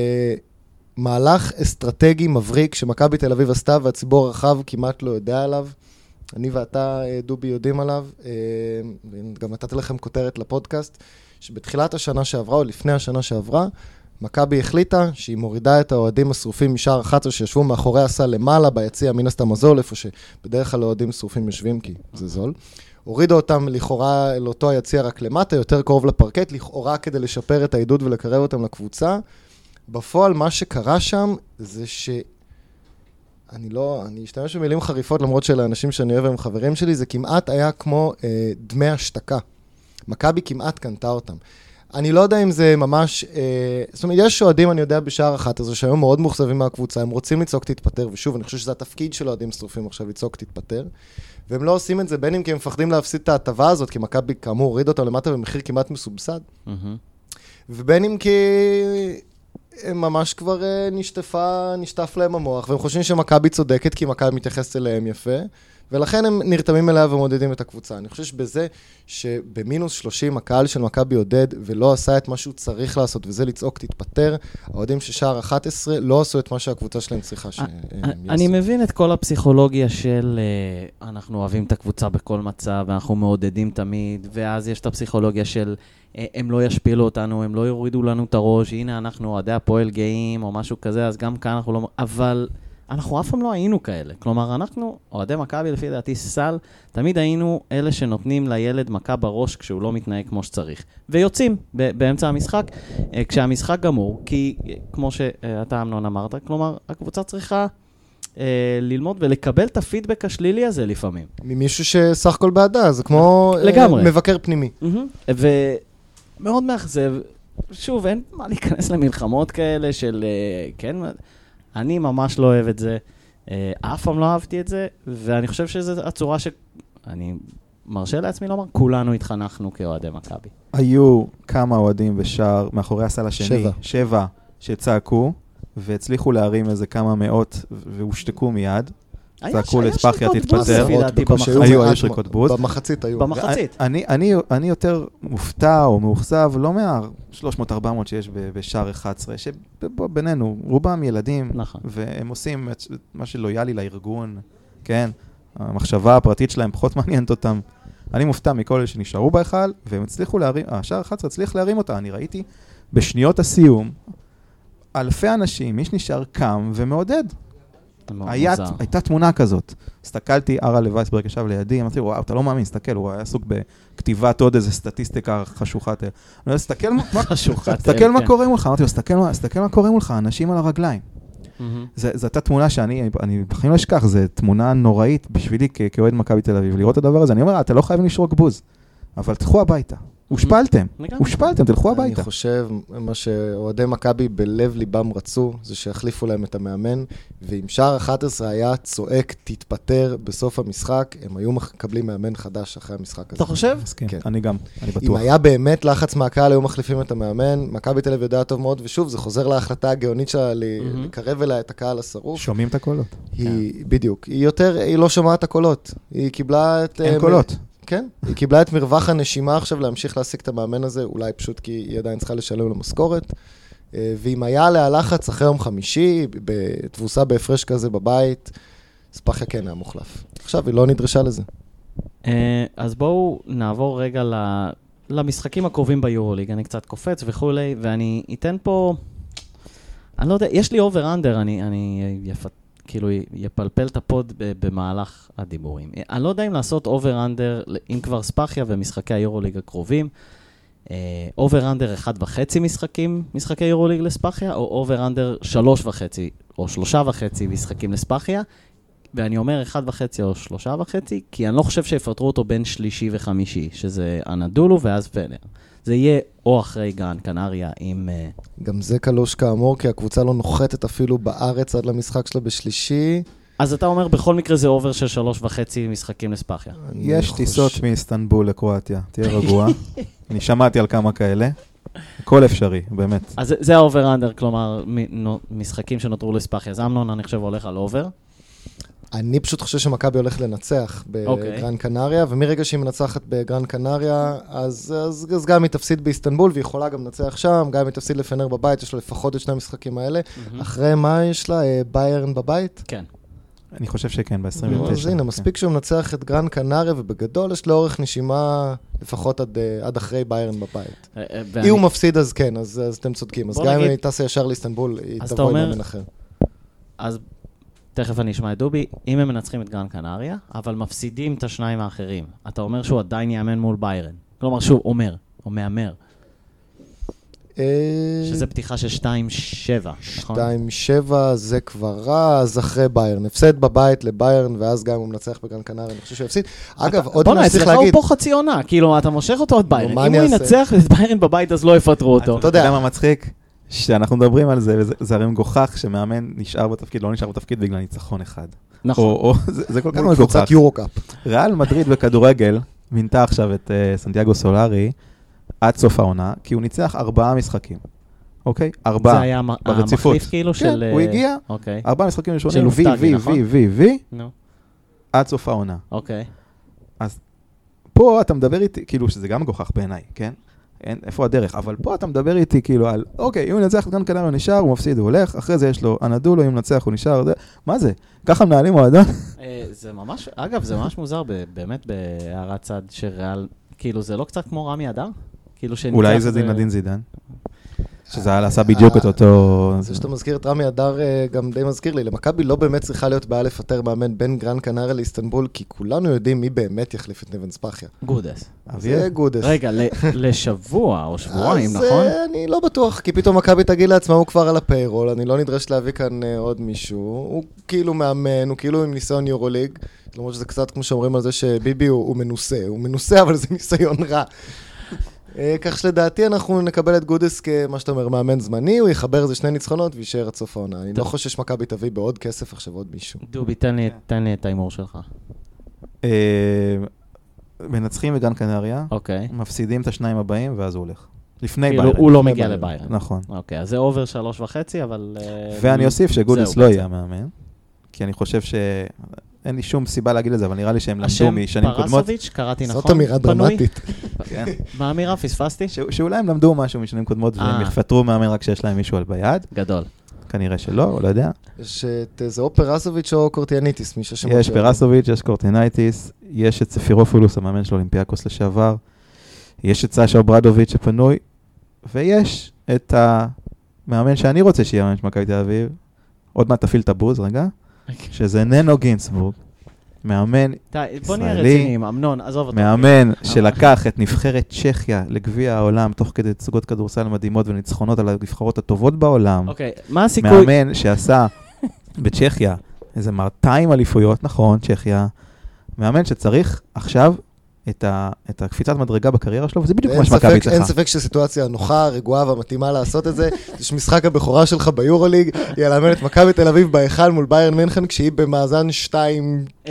למהלך אסטרטגי מבריק שמכבי תל אביב עשתה והציבור הרחב כמעט לא יודע עליו. אני ואתה, דובי, יודעים עליו, וגם נתתי לכם כותרת לפודקאסט, שבתחילת השנה שעברה, או לפני השנה שעברה, מכבי החליטה שהיא מורידה את האוהדים השרופים משער 11 שישבו מאחורי הסל למעלה, ביציע מן הסתם הזול, איפה שבדרך כלל האוהדים שרופים יושבים, כי זה זול. הורידו אותם לכאורה לאותו היציע רק למטה, יותר קרוב לפרקט, לכאורה כדי לשפר את העידוד ולקרב אותם לקבוצה. בפועל, מה שקרה שם זה אני אשתמש במילים חריפות, למרות שלאנשים שאני אוהב הם חברים שלי, זה כמעט היה כמו דמי השתקה. מכבי כמעט קנתה אותם. אני לא יודע אם זה ממש, זאת אומרת, יש אוהדים, אני יודע, בשער 11, שהיום מאוד מוחזבים מהקבוצה, הם רוצים לצעוק תתפטר, ושוב, אני חושב שזה התפקיד של אוהדים שרופים עכשיו, לצעוק תתפטר, והם לא עושים את זה בין אם כי הם מפחדים להפסיד את ההטבה הזאת, כי מכבי כאמור הוריד אותם למטה במחיר כמעט מסובסד, ובין אם כי הם ממש כבר נשטף להם המוח, והם חושבים שמכבי צודקת, כי מכבי מתייחסת אליהם יפה, ולכן הם נרתמים אליה ומודדים את הקבוצה. אני חושב שבזה שבמינוס 30 הקהל של מכבי עודד ולא עשה את מה שהוא צריך לעשות, וזה לצעוק תתפטר, האוהדים ששער 11 לא עשו את מה שהקבוצה שלהם צריכה שהם יעשו. אני מבין את כל הפסיכולוגיה של אנחנו אוהבים את הקבוצה בכל מצב, ואנחנו מעודדים תמיד, ואז יש את הפסיכולוגיה של הם לא ישפילו אותנו, הם לא יורידו לנו את הראש, הנה אנחנו אוהדי הפועל גאים או משהו כזה, אז גם כאן אנחנו לא... אבל אנחנו אף פעם לא היינו כאלה. כלומר, אנחנו, אוהדי מכבי, לפי דעתי סל, תמיד היינו אלה שנותנים לילד מכה בראש כשהוא לא מתנהג כמו שצריך. ויוצאים באמצע המשחק, כשהמשחק גמור, כי כמו שאתה אמנון אמרת, כלומר, הקבוצה צריכה ללמוד ולקבל את הפידבק השלילי הזה לפעמים. ממישהו שסך הכל בעדה, זה כמו מבקר פנימי. ומאוד מאכזב. שוב, אין מה להיכנס למלחמות כאלה של, כן, אני ממש לא אוהב את זה, אף פעם לא אהבתי את זה, ואני חושב שזו הצורה שאני מרשה לעצמי לומר, כולנו התחנכנו כאוהדי מכבי. היו כמה אוהדים בשער מאחורי הסל השני, 7 שצעקו, והצליחו להרים איזה כמה מאות, והושתקו מיד. צעקו לספחיה תתפטר. היו שריקות בוז. במחצית היו. במחצית. אני יותר מופתע או מאוכזב, לא מה-300-400 שיש בשער 11, שבינינו, רובם ילדים, והם עושים מה שלויאלי לארגון, כן, המחשבה הפרטית שלהם פחות מעניינת אותם. אני מופתע מכל אלה שנשארו בהיכל, והם הצליחו להרים, השער 11 הצליח להרים אותה. אני ראיתי בשניות אלפי אנשים, מי שנשאר קם ומעודד. הייתה תמונה כזאת. הסתכלתי, ארה לווייסברג ישב לידי, אמרתי, וואו, אתה לא מאמין, הסתכל, הוא היה עסוק בכתיבת עוד איזה סטטיסטיקה חשוכת. אני אומר, הסתכל מה קורה מולך, אמרתי לו, הסתכל מה קורה מולך, אנשים על הרגליים. זו הייתה תמונה שאני בכלל לא אשכח, זו תמונה נוראית בשבילי כאוהד מכבי תל אביב, לראות את הדבר הזה. אני אומר, אתה לא חייב לשרוק בוז, אבל תלכו הביתה. הושפלתם, תלכו הביתה. אני חושב, מה שאוהדי מכבי בלב ליבם רצו, זה שיחליפו להם את המאמן, ואם שער 11 היה צועק, תתפטר בסוף המשחק, הם היו מקבלים מאמן חדש אחרי המשחק הזה. אתה חושב? כן, אני גם, אני בטוח. אם היה באמת לחץ מהקהל, היו מחליפים את המאמן, מכבי תל אביב יודע טוב מאוד, ושוב, זה חוזר להחלטה הגאונית שלה לקרב אליה את הקהל השרוף. שומעים את הקולות. בדיוק. היא לא שומעת את הקולות. היא קיבלה את... אין קולות. כן, היא קיבלה את מרווח הנשימה עכשיו להמשיך להשיג את המאמן הזה, אולי פשוט כי היא עדיין צריכה לשלם למשכורת, ואם היה עליה לחץ אחרי יום חמישי, בתבוסה בהפרש כזה בבית, ספחיה כן היה מוחלף. עכשיו היא לא נדרשה לזה. אז בואו נעבור רגע למשחקים הקרובים ביורוליג, אני קצת קופץ וכולי, ואני אתן פה, אני לא יודע, יש לי אובר-אנדר, אני כאילו יפלפל את הפוד במהלך הדיבורים. אני לא יודע אם לעשות אובר-אנדר, אם כבר ספחיה ומשחקי היורוליג הקרובים, אובר-אנדר 1.5 משחקי יורוליג לספחיה, או אובר-אנדר 3.5 או 3.5 משחקים לספחיה, ואני אומר 1.5 או 3.5, כי אני לא חושב שיפטרו אותו בין שלישי וחמישי, שזה אנדולו ואז פנר. זה יהיה או אחרי גרן קנריה עם... גם זה קלוש כאמור, כי הקבוצה לא נוחתת אפילו בארץ עד למשחק שלה בשלישי. אז אתה אומר, בכל מקרה זה אובר של 3.5 משחקים לספחיה. יש טיסות מאיסטנבול לקרואטיה, תהיה רגוע. אני שמעתי על כמה כאלה. הכל אפשרי, באמת. אז זה האובר-אנדר, כלומר, משחקים שנותרו לספחיה. אז אמנון, אני חושב, הולך על אובר. אני פשוט חושב שמכבי הולך לנצח בגרן קנריה, ומרגע שהיא מנצחת בגרן קנריה, אז גם היא תפסיד באיסטנבול, והיא יכולה גם לנצח שם, גם היא תפסיד לפנר בבית, יש לה לפחות את שני המשחקים האלה. אחרי מה יש לה? ביירן בבית? כן. אני חושב שכן, ב-29. אז הנה, מספיק שהוא מנצח את גרן קנריה, ובגדול יש לאורך נשימה לפחות עד אחרי ביירן בבית. אם הוא מפסיד אז כן, אז אתם צודקים. אז גם אם היא טסה ישר לאיסטנבול, היא תבוא עם מאמן אחר. אז תכף אני אשמע את דובי, אם הם מנצחים את גרן קנריה, אבל מפסידים את השניים האחרים, אתה אומר שהוא עדיין יאמן מול ביירן. כלומר, שהוא אומר, או מאמר. שזה פתיחה של 2-7, נכון? 2-7 זה כבר רע, אז אחרי ביירן. הפסד בבית לביירן, ואז גם הוא מנצח בגרן קנריה, אני חושב שהוא הפסיד. אגב, עוד מה צריך להגיד... בוא הוא פה חצי עונה, כאילו, אתה מושך אותו עוד ביירן. אם הוא ינצח את ביירן בבית, אז לא יפטרו אותו. אתה יודע מה מצחיק? שאנחנו מדברים על זה, וזה הרי מגוחך שמאמן נשאר בתפקיד, לא נשאר בתפקיד בגלל ניצחון אחד. נכון. זה כל כך מגוחך. קבוצת יורו-קאפ. ריאל מדריד בכדורגל מינתה עכשיו את סנטיאגו סולארי עד סוף העונה, כי הוא ניצח 4 משחקים. אוקיי? 4 זה היה המחליף כאילו של... כן, הוא הגיע, 4 משחקים ראשונים, וי. עד סוף העונה. אוקיי. אז פה אתה מדבר איתי, כאילו שזה גם מגוחך בעיניי, כן? איפה הדרך? אבל פה אתה מדבר איתי כאילו על, אוקיי, אם הוא נצח את גרן קנריה הוא נשאר, הוא מפסיד, הוא הולך, אחרי זה יש לו אנדולו, אם נצח הוא נשאר, מה זה? ככה מנהלים מועדון? זה ממש, אגב, זה ממש מוזר, באמת בהערת צד שריאל, כאילו זה לא קצת כמו רמי אדר? אולי זה דין זידן. שזה היה לעשה בדיוק את אותו... זה שאתה מזכיר את רמי אדר גם די מזכיר לי. למכבי לא באמת צריכה להיות בעיה לפטר מאמן בין גרן קנריה לאיסטנבול, כי כולנו יודעים מי באמת יחליף את נבן ספחיה. גודס. זה גודס. רגע, לשבוע או שבועיים, נכון? אז אני לא בטוח, כי פתאום מכבי תגיד לעצמה, הוא כבר על הפיירול, אני לא נדרש להביא כאן עוד מישהו. הוא כאילו מאמן, הוא כאילו עם ניסיון יורוליג, למרות שזה קצת כמו שאומרים על זה שביבי הוא מנוסה. הוא מנוסה, אבל זה ניסיון רע. כך שלדעתי אנחנו נקבל את גודס כמה שאתה אומר, מאמן זמני, הוא יחבר איזה 2 ניצחונות וישאר עד סוף העונה. אני לא חושב שמכבי תביא בעוד כסף עכשיו עוד מישהו. דובי, תן לי את האימור שלך. מנצחים בגרן קנריה, מפסידים את השניים הבאים ואז הוא הולך. לפני ביירן. הוא לא מגיע לביירן. נכון. אוקיי, אז זה אובר 3.5, אבל... ואני אוסיף שגודס לא יהיה המאמן, כי אני חושב אין לי שום סיבה להגיד את זה, אבל נראה לי שהם למדו משנים קודמות. השם פרסוביץ', קראתי נכון. זאת אמירה דרמטית. מה אמירה? פספסתי? שאולי הם למדו משהו משנים קודמות, והם יפטרו מאמן רק שיש להם מישהו על ביד. גדול. כנראה שלא, הוא לא יודע. יש את זה או פרסוביץ' או קורטיאניטיס, מי ששמות יש פרסוביץ', יש קורטיאניטיס, יש את ספירופולוס, המאמן של אולימפיאקוס לשעבר, יש את סשה אוברדוביץ' שפנוי, ויש את המאמן שאני רוצה שיהיה מאמן של מכבי תל אביב, עוד מעט תפעיל את הבוז, רגע, שזה ננו גינסבורג, מאמן בוא נהיה רציניים, אמנון, עזוב אותו. מאמן שלקח את נבחרת צ'כיה לגביע העולם, תוך כדי תצוגות כדורסל מדהימות וניצחונות על הנבחרות הטובות בעולם. אוקיי, מה הסיכוי? מאמן שעשה בצ'כיה איזה 200 אליפויות, נכון, צ'כיה. מאמן שצריך עכשיו את הקפיצת מדרגה בקריירה שלו, וזה בדיוק מה שמכבי צריכה. אין ספק שסיטואציה נוחה, רגועה ומתאימה לעשות את זה. יש משחק הבכורה שלך ביורוליג, היא לאמן את מכבי תל אביב בהיכל מול ביירן מינכן, כשהיא במאזן 2-7.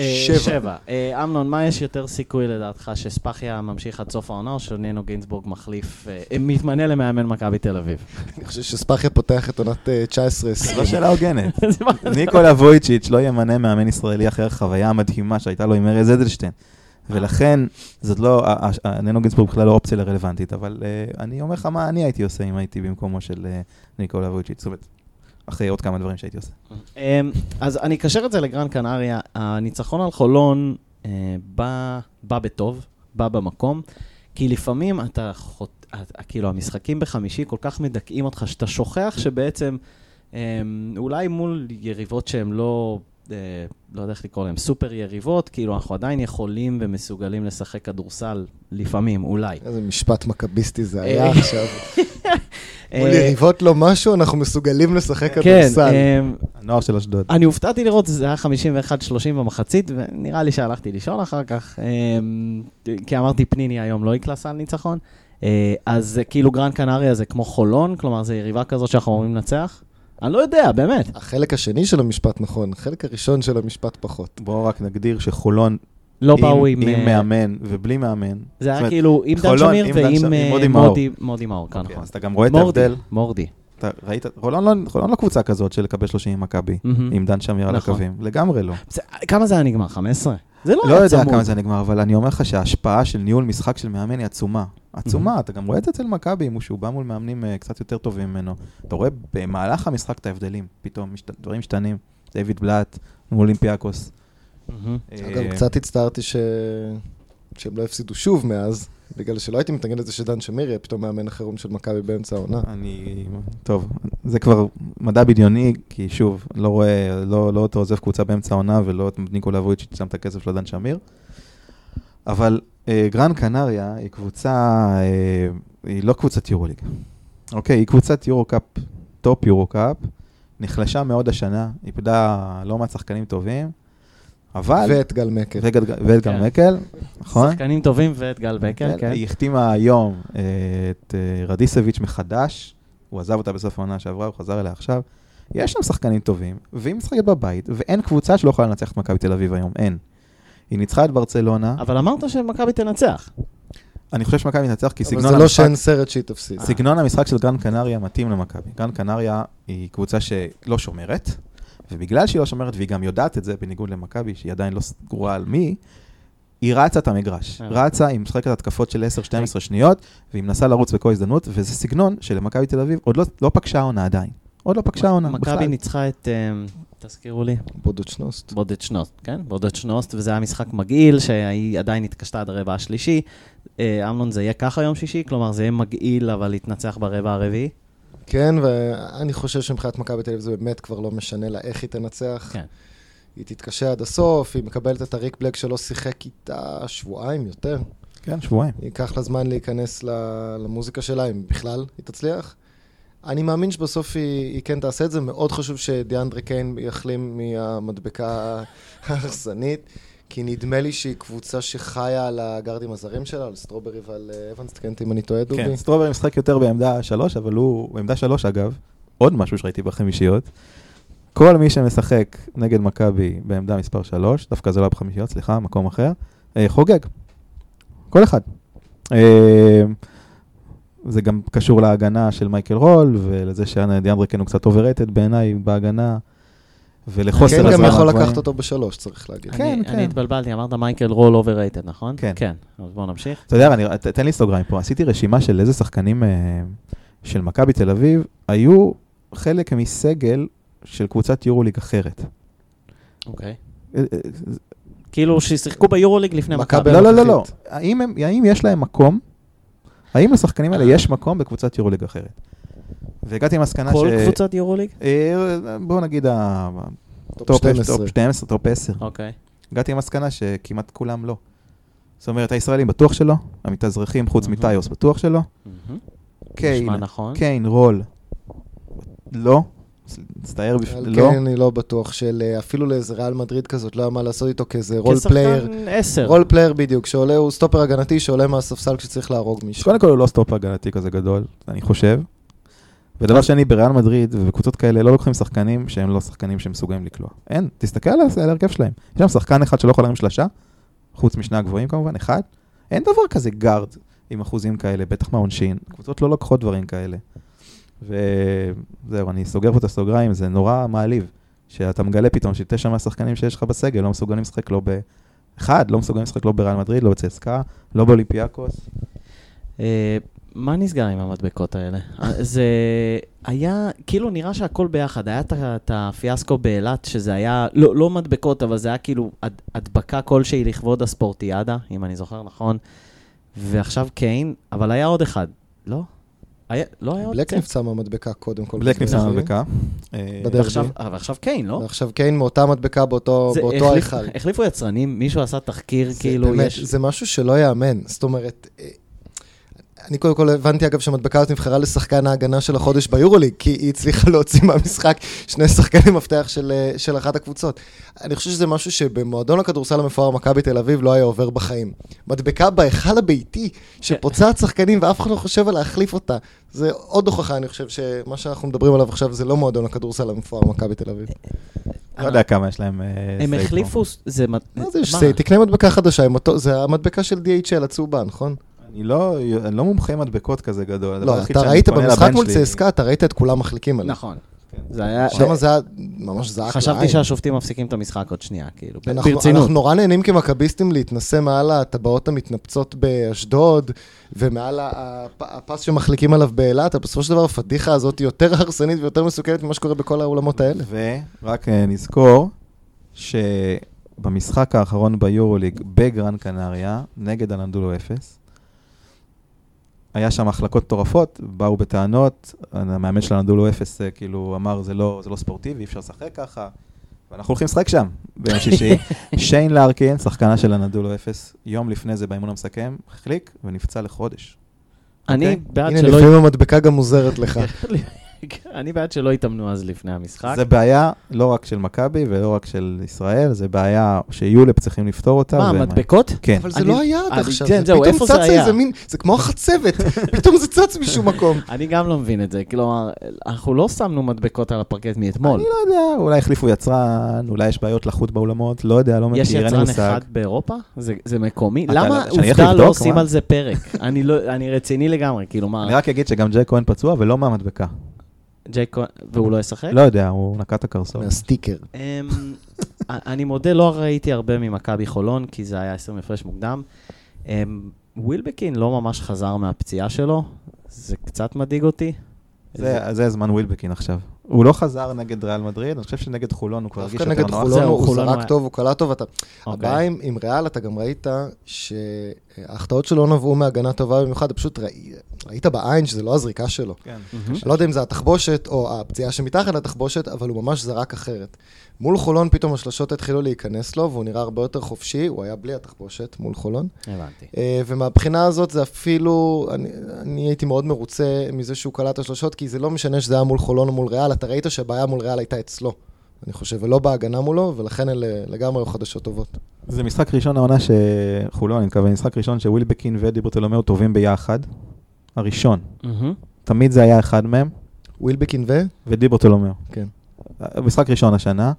אמנון, מה יש יותר סיכוי לדעתך, שספחיה ממשיך עד סוף העונה, או שנינו גינסבורג מתמנה למאמן מכבי תל אביב? אני חושב שספחיה פותח את עונת 19-20. זו שאלה הוגנת. ניקולה וויצ'יץ' לא ימנה מאמן ישראלי אחר, חוויה מדהימה שהייתה לו עם ארז אדלשטיין. ולכן, זאת לא, ננו גינסבורג בכלל לא אופציה לרלוונטית, אבל אני אומר לך מה אני הייתי עושה אם הייתי במקומו של ניקולה וויצ'יץ', זאת אומרת, אחרי עוד כמה דברים שהייתי עושה. אז אני אקשר את זה לגרן קנריה, הניצחון על חולון בא בטוב, בא במקום, כי לפעמים כאילו המשחקים בחמישי כל כך מדכאים אותך, שאתה שוכח שבעצם אולי מול יריבות שהן לא יודע איך לקרוא להם, סופר יריבות, כאילו אנחנו עדיין יכולים ומסוגלים לשחק כדורסל לפעמים, אולי. איזה משפט מקביסטי זה היה עכשיו. מול יריבות לא משהו, אנחנו מסוגלים לשחק כדורסל. הנוער של אשדוד. אני הופתעתי לראות, זה היה 51-30 במחצית, ונראה לי שהלכתי לישון אחר כך, כי אמרתי פניני היום לא יקלס על ניצחון, אז כאילו גרן קנריה זה כמו חולון, כלומר זה יריבה כזאת שאנחנו אומרים לנצח? אני לא יודע, באמת. החלק השני של המשפט נכון, החלק הראשון של המשפט פחות. בואו רק נגדיר שחולון לא באו עם מאמן ובלי מאמן. זה היה כאילו עם דן שמיר ועם מודי מאור. אז אתה גם רואה את ההבדל. מורדי. אתה ראית, חולון לא קבוצה כזאת של לקבל 30 עם מכבי, עם דן שמיר על הקווים. לגמרי לא. כמה זה היה נגמר? 15? זה לא היה צמוד. לא יודע כמה זה נגמר, אבל אני אומר לך שההשפעה של ניהול משחק של מאמן היא עצומה. עצומה, אתה גם רואה את זה אצל מכבי, שהוא בא מול מאמנים קצת יותר טובים ממנו. אתה רואה במהלך המשחק את ההבדלים, פתאום דברים משתנים. דיוויד בלאט, אולימפיאקוס. אגב, קצת הצטערתי שהם לא הפסידו שוב מאז, בגלל שלא הייתי מתנגד לזה שדן שמיר יהיה פתאום מאמן החירום של מכבי באמצע העונה. טוב, זה כבר מדע בדיוני, כי שוב, לא רואה, לא אותו עוזב קבוצה באמצע העונה, ולא את ניקולה וויצ'יץ' שם את הכסף של דן שמיר. אבל גרן קנריה היא קבוצה, היא לא קבוצת יורוליג. אוקיי, היא קבוצת יורוקאפ, טופ יורוקאפ, נחלשה מאוד השנה, איבדה לא מעט שחקנים טובים, אבל... ואת גל מקל. ואת גל מקל, נכון? שחקנים טובים ואת גל מקל, כן. היא החתימה היום את רדיסביץ' מחדש, הוא עזב אותה בסוף העונה שעברה, הוא חזר אליה עכשיו. יש שם שחקנים טובים, והיא משחקת בבית, ואין קבוצה שלא יכולה לנצח את מכבי תל אביב היום, אין. היא ניצחה את ברצלונה. אבל אמרת שמכבי תנצח. אני חושב שמכבי תנצח כי סגנון המשחק... אבל זה לא שאין סרט שהיא תפסיד. סגנון המשחק של גרן קנריה מתאים למכבי. גרן קנריה היא קבוצה שלא שומרת, ובגלל שהיא לא שומרת, והיא גם יודעת את זה, בניגוד למכבי, שהיא עדיין לא סגורה על מי, היא רצה את המגרש. רצה, היא משחקת התקפות של 10-12 שניות, והיא מנסה לרוץ בכל הזדמנות, וזה סגנון שלמכבי תל אביב עוד לא פקשה עונה עדיין. עוד לא פקשה עונה. מכבי ניצחה את, תזכירו לי. בודדשנוסט. בודדשנוסט, כן? בודדשנוסט, וזה היה משחק מגעיל, שהיא עדיין התקשתה עד הרבע השלישי. אמנון, זה יהיה ככה יום שישי? כלומר, זה יהיה מגעיל, אבל יתנצח ברבע הרביעי? כן, ואני חושב שמבחינת מכבי תל אביב זה באמת כבר לא משנה לה איך היא תנצח. כן. היא תתקשה עד הסוף, היא מקבלת את הריק בלק שלא שיחק איתה שבועיים יותר. כן, שבועיים. ייקח לה זמן להיכנס למוזיקה שלה, אם בכלל היא תצליח. אני מאמין שבסוף היא כן תעשה את זה. מאוד חשוב שדיאנדרה קיין יחלים מהמדבקה ההרסנית, כי נדמה לי שהיא קבוצה שחיה על הגארדים הזרים שלה, על סטרוברי ועל אבנס, תקנתי אם אני טועה, דובי. כן, סטרוברי משחק יותר בעמדה 3, אבל הוא בעמדה 3 אגב, עוד משהו שראיתי בחמישיות, כל מי שמשחק נגד מכבי בעמדה מספר 3, דווקא זה לא בחמישיות, סליחה, מקום אחר, חוגג. כל אחד. זה גם קשור להגנה של מייקל רול, ולזה שדיאנדרה קיין הוא קצת אובררייטד בעיניי בהגנה, ולחוסר הזמן. כן, גם יכול הגבוהים. לקחת אותו בשלוש, צריך להגיד. כן, אני התבלבלתי, אמרת מייקל רול אובררייטד, נכון? כן. כן, אז בואו נמשיך. אתה יודע, תן לי סוגריים פה. עשיתי רשימה של איזה שחקנים של מכבי תל אביב, היו חלק מסגל של קבוצת יורוליג אחרת. אוקיי. כאילו ששיחקו ביורוליג לפני מכבי. לא. האם יש להם מקום? האם לשחקנים האלה יש מקום בקבוצת יורוליג אחרת? והגעתי עם מסקנה כל קבוצת יורוליג? בואו נגיד טופ 12. 12, טופ 10. אוקיי. הגעתי עם מסקנה שכמעט כולם לא. זאת אומרת, הישראלים בטוח שלא, המתאזרחים חוץ מטיוס בטוח שלא. קיין, רול, לא. מצטער לא. כן, אני לא בטוח של אפילו לאיזה ריאל מדריד כזאת, לא היה מה לעשות איתו כאיזה רול פלייר. כשחקן 10. רול פלייר בדיוק, שעולה, הוא סטופר הגנתי, שעולה מהספסל כשצריך להרוג מישהו. קודם כל הוא לא סטופר הגנתי כזה גדול, אני חושב. ודבר שני, בריאל מדריד ובקבוצות כאלה לא לוקחים שחקנים שהם לא שחקנים שהם מסוגלים לקלוע. אין, תסתכל על ההרכב שלהם. יש שם שחקן אחד שלא יכול להרים שלשה, חוץ משני הגבוהים כמובן, אחד. אין דבר כזה גארד עם אחוזים כאלה, בטח מהעונשין. קבוצות לא לוקחות דברים כאלה. וזהו, אני סוגר פה את הסוגריים, זה נורא מעליב, שאתה מגלה פתאום ש9 מהשחקנים שיש לך בסגל לא מסוגלים לשחק לא באחד, לא מסוגלים לשחק לא בריאל מדריד, לא בצסקה, לא באולימפיאקוס. מה נסגר עם המדבקות האלה? זה היה, כאילו נראה שהכל ביחד, היה את הפיאסקו באילת, שזה היה, לא מדבקות, אבל זה היה כאילו הדבקה כלשהי לכבוד הספורטיאדה, אם אני זוכר נכון, ועכשיו קיין, אבל היה עוד אחד, לא? לא היה עוד בלק נפצע מהמדבקה קודם כל. בלק נפצע מהמדבקה. ועכשיו קיין, לא? ועכשיו קיין מאותה מדבקה באותו היכל. החליפו יצרנים, מישהו עשה תחקיר, כאילו יש... זה משהו שלא יאמן, זאת אומרת... אני קודם כל הבנתי אגב שהמדבקה הזאת נבחרה לשחקן ההגנה של החודש ביורוליג, כי היא הצליחה להוציא מהמשחק שני שחקנים מפתח של אחת הקבוצות. אני חושב שזה משהו שבמועדון הכדורסל המפואר מכבי תל אביב לא היה עובר בחיים. מדבקה בהיכל הביתי שפוצעת שחקנים ואף אחד לא חושב על להחליף אותה. זה עוד הוכחה, אני חושב שמה שאנחנו מדברים עליו עכשיו זה לא מועדון הכדורסל המפואר מכבי תל אביב. לא יודע כמה יש להם הם החליפו... מה זה? תקנה מדבקה חדשה, זה המדבקה של DHL הצהובה, נכון? אני לא מומחה מדבקות כזה גדול. לא, אתה ראית במשחק מול צסקה, אתה ראית את כולם מחליקים עליו. נכון. זה היה... שם זה היה ממש זעק לעין. חשבתי שהשופטים מפסיקים את המשחק עוד שנייה, כאילו, ברצינות. אנחנו נורא נהנים כמכביסטים להתנסה מעל הטבעות המתנפצות באשדוד, ומעל הפס שמחליקים עליו באילת, בסופו של דבר הפדיחה הזאת היא יותר הרסנית ויותר מסוכנת ממה שקורה בכל האולמות האלה. ורק נזכור שבמשחק האחרון ביורוליג בגרן קנריה, נגד הנדולו 0, היה שם החלקות טורפות, באו בטענות, המאמן של הנדולו 0 כאילו אמר, זה לא ספורטיבי, אי אפשר לשחק ככה, ואנחנו הולכים לשחק שם ביום שישי. שיין לארקין, שחקנה של הנדולו 0, יום לפני זה באימון המסכם, החליק ונפצע לחודש. אני בעד שלא... הנה, לפעמים המדבקה גם מוזרת לך. אני בעד שלא יתאמנו אז לפני המשחק. זה בעיה לא רק של מכבי ולא רק של ישראל, זה בעיה שיולפ צריכים לפתור אותה. מה, מדבקות? כן. אבל זה לא היה עד עכשיו. זהו, איפה זה היה? זה כמו החצבת, פתאום זה צץ משום מקום. אני גם לא מבין את זה, כלומר, אנחנו לא שמנו מדבקות על הפרקט מאתמול. אני לא יודע, אולי החליפו יצרן, אולי יש בעיות לחוט באולמות, לא יודע, לא מכיר, יש אין לי מושג. יצרן אחד באירופה? זה מקומי? למה עובדה לא עושים על זה פרק? אני רציני לגמרי, כאילו מה... אני רק אגיד שגם ג'ק כהן פצוע ולא מהמדבקה. והוא לא ישחק? לא יודע, הוא נקע את הקרסול. מהסטיקר. אני מודה, לא ראיתי הרבה ממכבי חולון, כי זה היה 20 הפרש מוקדם. ווילבקין לא ממש חזר מהפציעה שלו, זה קצת מדאיג אותי. זה זמן ווילבקין עכשיו. הוא לא חזר נגד ריאל מדריד, אני חושב שנגד חולון הוא כבר הרגיש יותר נוח. נגד חולון הוא זרק טוב, הוא קלה טוב. הבעיה עם ריאל, אתה גם ראית שההחטאות שלו נבעו מהגנה טובה במיוחד, פשוט ראית בעין שזה לא הזריקה שלו. אני לא יודע אם זה התחבושת או הפציעה שמתחת לתחבושת, אבל הוא ממש זרק אחרת. מול חולון פתאום השלשות התחילו להיכנס לו, והוא נראה הרבה יותר חופשי, הוא היה בלי התחבושת מול חולון. הבנתי. ומהבחינה הזאת זה אפילו, אני הייתי מאוד מרוצה מזה שהוא קלע את השלשות, כי זה לא משנה שזה היה מול חולון או מול ריאל, אתה ראית שהבעיה מול ריאל הייתה אצלו, אני חושב, ולא בהגנה מולו, ולכן אלה לגמרי חדשות טובות. זה משחק ראשון העונה שחולון, אני מקווה, משחק ראשון שווילבקין ודיברטולומיאו טובים ביחד, הראשון. תמיד זה היה אחד מהם. ווילבקין ודיברטולומיאו. כן. משחק ראשון השנה.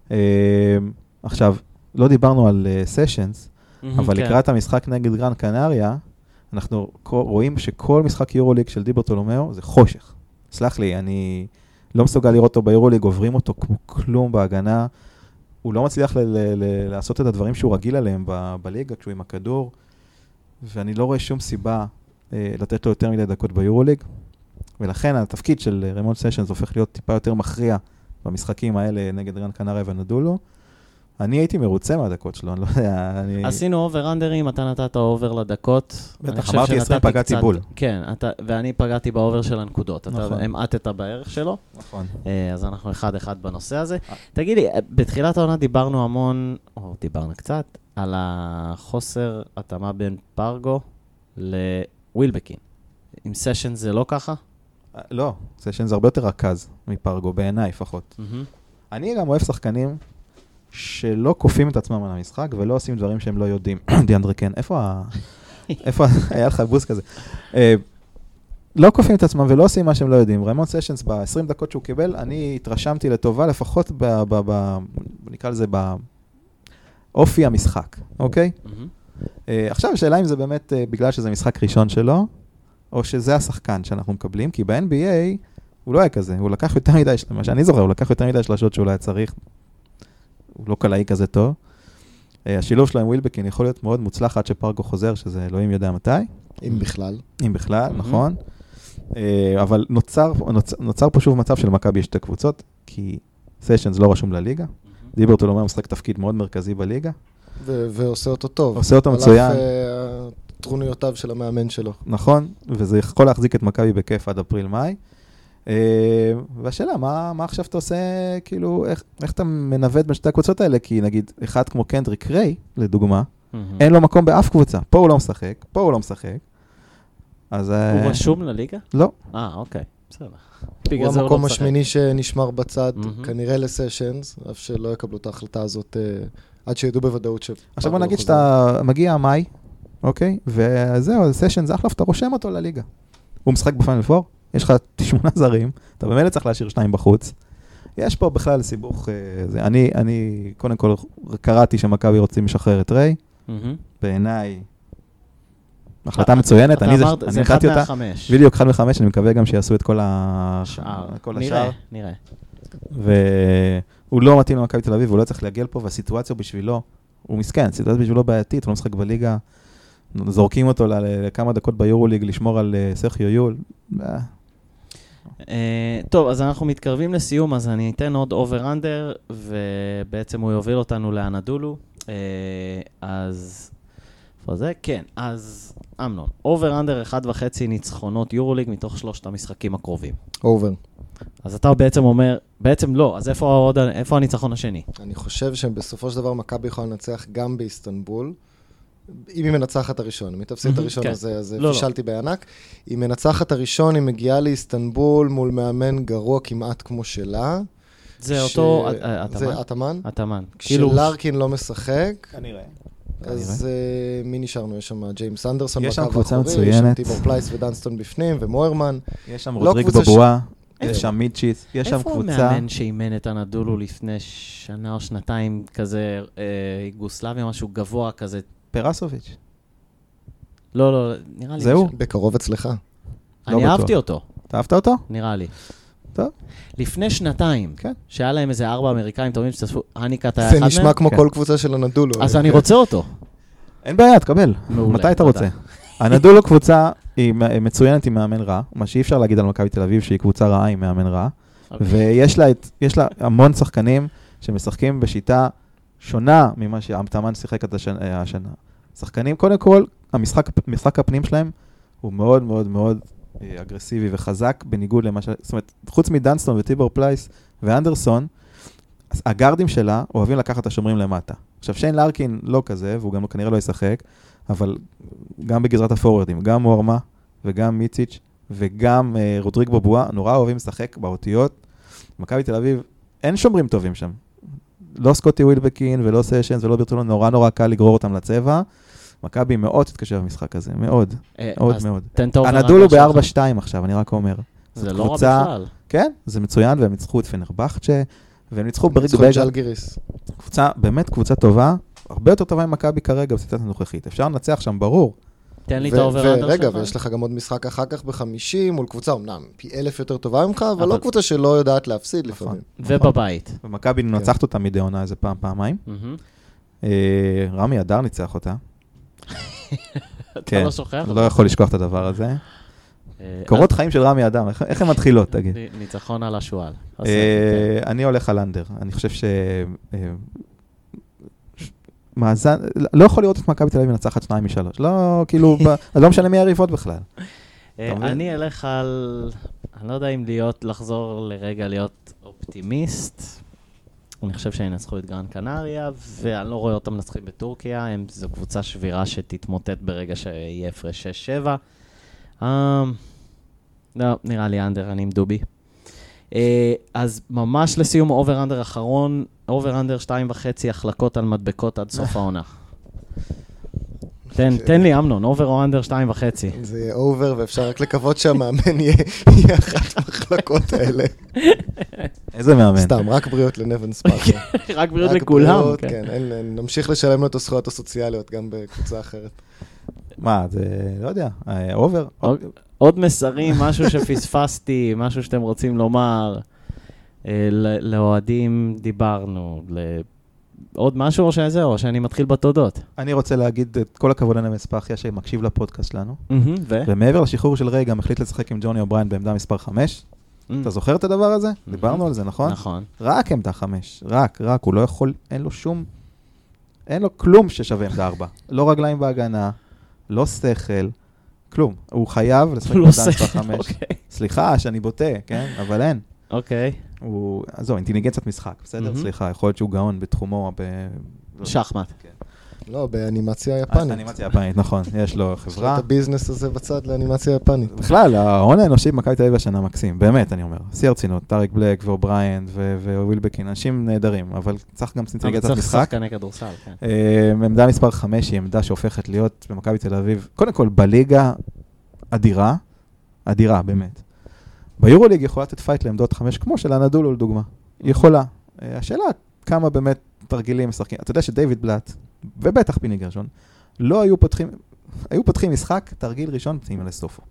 עכשיו, לא דיברנו על סשנס, אבל לקראת המשחק נגד גרן קנריה, אנחנו רואים שכל משחק יורוליג של דיברטולומיאו זה חושך. סלח לי, אני לא מסוגל לראות אותו ביורוליג, עוברים אותו כמו כלום בהגנה. הוא לא מצליח לעשות את הדברים שהוא רגיל עליהם בליגה, כשהוא עם הכדור, ואני לא רואה שום סיבה לתת לו יותר מדי דקות ביורוליג, ולכן התפקיד של רמון סשנס הופך להיות טיפה יותר מכריע במשחקים האלה נגד גרן קנריה ונדולו. אני הייתי מרוצה מהדקות שלו, אני לא יודע, עשינו אובר-אנדרים, אתה נתת אובר לדקות. בטח, אמרתי 20 פגעתי בול. כן, ואני פגעתי באובר של הנקודות. אתה המעטת בערך שלו. נכון. אז אנחנו אחד בנושא הזה. תגיד לי, בתחילת העונה דיברנו המון, או דיברנו קצת, על החוסר התאמה בין פרגו לווילבקין. עם סשן זה לא ככה? לא, סשן זה הרבה יותר רכז מפרגו, בעיניי לפחות. אני גם אוהב שחקנים שלא קופים את עצמם על המשחק, ולא עושים דברים שהם לא יודעים. דיאנדרה קן, איפה היה לך בוס כזה? לא קופים את עצמם ולא עושים מה שהם לא יודעים. רמון סשנס, ב-20 דקות שהוא קיבל, אני התרשמתי לטובה, לפחות נקרא לזה, באופי המשחק, אוקיי? עכשיו, השאלה אם זה באמת בגלל שזה משחק ראשון שלו, או שזה השחקן שאנחנו מקבלים, כי ב-NBA הוא לא היה כזה, הוא לקח יותר מדי, מה שאני זוכר, הוא לקח יותר מדי שלשות שהוא לא היה צריך, הוא לא קלעי כזה טוב. השילוב שלו עם ווילבקין יכול להיות מאוד מוצלח עד שפרגו חוזר, שזה אלוהים יודע מתי. אם בכלל. אם בכלל, נכון. אבל נוצר פה שוב מצב שלמכבי יש שתי קבוצות, כי סשנס לא רשום לליגה. דיברטולומיאו משחק תפקיד מאוד מרכזי בליגה. ועושה אותו טוב. עושה אותו מצוין. על אף טרונויותיו של המאמן שלו. נכון, וזה יכול להחזיק את מכבי בכיף עד אפריל-מאי. והשאלה, מה עכשיו אתה עושה, כאילו, איך אתה מנווט בין שתי הקבוצות האלה? כי נגיד, אחד כמו קנדריק ריי, לדוגמה, אין לו מקום באף קבוצה. פה הוא לא משחק, פה הוא לא משחק. הוא רשום לליגה? לא. אוקיי, בסדר. הוא המקום השמיני שנשמר בצד, כנראה לסשנס, אף שלא יקבלו את ההחלטה הזאת, עד שידעו בוודאות ש... עכשיו בוא נגיד שאתה מגיע מאי, אוקיי? וזהו, סשנס זה אחלה, אתה רושם אותו לליגה. הוא משחק בפיינל פור, יש לך 8 זרים, אתה במילא צריך להשאיר 2 בחוץ. יש פה בכלל סיבוך, אני קודם כל קראתי שמכבי רוצים לשחרר את ריי, בעיניי, החלטה מצוינת, אני נתתי אותה, בדיוק 1 ו-5, אני מקווה גם שיעשו את כל השאר. נראה. והוא לא מתאים למכבי תל אביב, הוא לא צריך להגיע פה, והסיטואציה בשבילו, הוא מסכן, הסיטואציה בשבילו בעייתית, הוא לא משחק בליגה, זורקים אותו לכמה דקות ביורוליג לשמור על סרחיו יול. טוב, אז אנחנו מתקרבים לסיום, אז אני אתן עוד אובר-אנדר, ובעצם הוא יוביל אותנו לאנדולו. אז... זה? כן, אז אמנון, אובר-אנדר 1.5 ניצחונות יורוליג מתוך 3 המשחקים הקרובים. אובר. אז אתה בעצם אומר, בעצם לא, אז איפה הניצחון השני? אני חושב שבסופו של דבר מכבי יכולה לנצח גם באיסטנבול, אם היא מנצחת הראשון, אם היא תפסיד את הראשון, אז פישלתי בענק. היא מנצחת הראשון, היא מגיעה לאיסטנבול מול מאמן גרוע כמעט כמו שלה. זה אותו, זה אטמן? אטמן. כשלארקין לא משחק. כנראה. אז מי נשארנו? יש שם ג'יימס אנדרסון בקו האחורי, יש שם טיבור פלייס ודנסטון בפנים, ומוירמן. יש שם רודריג בבואה, יש שם מידשיץ, יש שם קבוצה. איפה המאמן שאימן את אנדולו לפני שנה או שנתיים, כזה יוגוסלביה, משהו גבוה כזה? פרסוביץ'. לא, נראה לי. זהו? בקרוב אצלך. אני אהבתי אותו. אתה אהבת אותו? נראה לי. טוב. לפני שנתיים, כן. שהיה להם איזה 4 אמריקאים טובים שתעשו, הניקת היה אחד זה מהם. נשמע כמו כן. כל קבוצה של הנדולו. אז אני רוצה אותו. אין בעיה, תקבל. מעולה, מתי אתה תודה. רוצה? הנדולו קבוצה היא מצוינת עם מאמן רע, מה שאי אפשר להגיד על מכבי תל אביב שהיא קבוצה רעה עם מאמן רע, ויש לה המון שחקנים שמשחקים בשיטה שונה ממה שהאמתמן שיחק את השנה. שחקנים, קודם כל, המשחק הפנים שלהם הוא מאוד מאוד מאוד אגרסיבי וחזק, בניגוד למה זאת אומרת, חוץ מדנסטון וטיבור פלייס ואנדרסון, הגארדים שלה אוהבים לקחת את השומרים למטה. עכשיו, שיין לארקין לא כזה, והוא גם כנראה לא ישחק, אבל גם בגזרת הפורורדים, גם מורמה וגם מיציץ' וגם רודריג בבואה, נורא אוהבים לשחק באותיות. מכבי תל אביב, אין שומרים טובים שם. לא סקוטי ווילבקין ולא סשנס ולא ברטולון, נורא קל לגרור אותם לצבע. מכבי מאוד תתקשר במשחק הזה, מאוד, מאוד מאוד. הנדולו ב-4-2 עכשיו, אני רק אומר. זה לא רע בכלל. כן, זה מצוין, והם ניצחו את פנרבחצ'ה, והם ניצחו ברגע. קבוצה, באמת קבוצה טובה, הרבה יותר טובה עם מכבי כרגע בסיטואציה הנוכחית. אפשר לנצח שם, ברור. תן לי את האובר-אנדר שלך. רגע, ויש לך גם עוד משחק אחר כך ב-50, מול קבוצה אומנם פי 1000 יותר טובה ממך, אבל לא קבוצה שלא יודעת להפסיד לפעמים. ובבית. ומכבי נצחת אותה מדי עונה איזה פעמיים. רמי אדר ניצח אותה. אתה לא שוכח? לא יכול לשכוח את הדבר הזה. קורות חיים של רמי אדם, איך הן מתחילות, תגיד? ניצחון על השואל. אני הולך על אנדר. אני חושב מאזן, לא יכול לראות את מכבי תל אביב מנצחת 2-3. לא, כאילו, לא משנה מי היריבות בכלל. אני אלך על, אני לא יודע אם לחזור לרגע להיות אופטימיסט. אני חושב שהם ינצחו את גרן קנריה, ואני לא רואה אותם מנצחים בטורקיה. זו קבוצה שבירה שתתמוטט ברגע שיהיה הפרש 6-7. לא, נראה לי אנדר, אני עם דובי. אז ממש לסיום אובר-אנדר אחרון, אובר-אנדר 2.5 החלקות על מדבקות עד סוף העונה. תן לי אמנון, אובר או אנדר 2.5. זה יהיה אובר, ואפשר רק לקוות שהמאמן יהיה אחת המחלקות האלה. איזה מאמן? סתם, רק בריאות לנבן ספארקר. רק בריאות לכולם. כן, נמשיך לשלם לו את הזכויות הסוציאליות גם בקבוצה אחרת. מה, זה, לא יודע, אובר? עוד מסרים, משהו שפספסתי, משהו שאתם רוצים לומר, לאוהדים דיברנו, עוד משהו או שזה, או שאני מתחיל בתודות? אני רוצה להגיד את כל הכבוד לנבן ספארקר שמקשיב לפודקאסט שלנו, ומעבר לשחרור של ריי גם החליט לשחק עם ג'וני אובריין בעמדה מספר 5. אתה זוכר את הדבר הזה? דיברנו על זה, נכון? נכון. רק עמדה 5, רק, הוא לא יכול, אין לו כלום ששווה עמדה 4. לא רגליים בהגנה, לא שכל, כלום. הוא חייב לשחק בעמדה מספר 5. סליחה שאני בוטה, כן? אבל אין. אוקיי. זו, אינטליגנציית משחק, בסדר? סליחה, יכול להיות שהוא גאון בתחומו. שחמט. לא, באנימציה יפנית. אנימציה יפנית, נכון. יש לו חברה. יש את הביזנס הזה בצד לאנימציה יפנית. בכלל, ההון האנושי במכבי תל אביב השנה מקסים. באמת, אני אומר. שיא הרצינות, טאריק בלק ואובריין ווילבקין, אנשים נהדרים, אבל צריך גם אינטליגנציית משחק. צריך שחקני כדורסל, כן. עמדה מספר 5 היא עמדה שהופכת להיות במכבי תל אביב, קודם כל בליגה אדירה, באמת. ביורוליג יכולה לתת פייט לעמדות 5, כמו של הנדולו לדוגמה. היא יכולה. השאלה כמה באמת תרגילים משחקים. אתה יודע שדייוויד בלאט, ובטח פיני גרשון, לא היו פותחים משחק, תרגיל ראשון פנימה לסופו.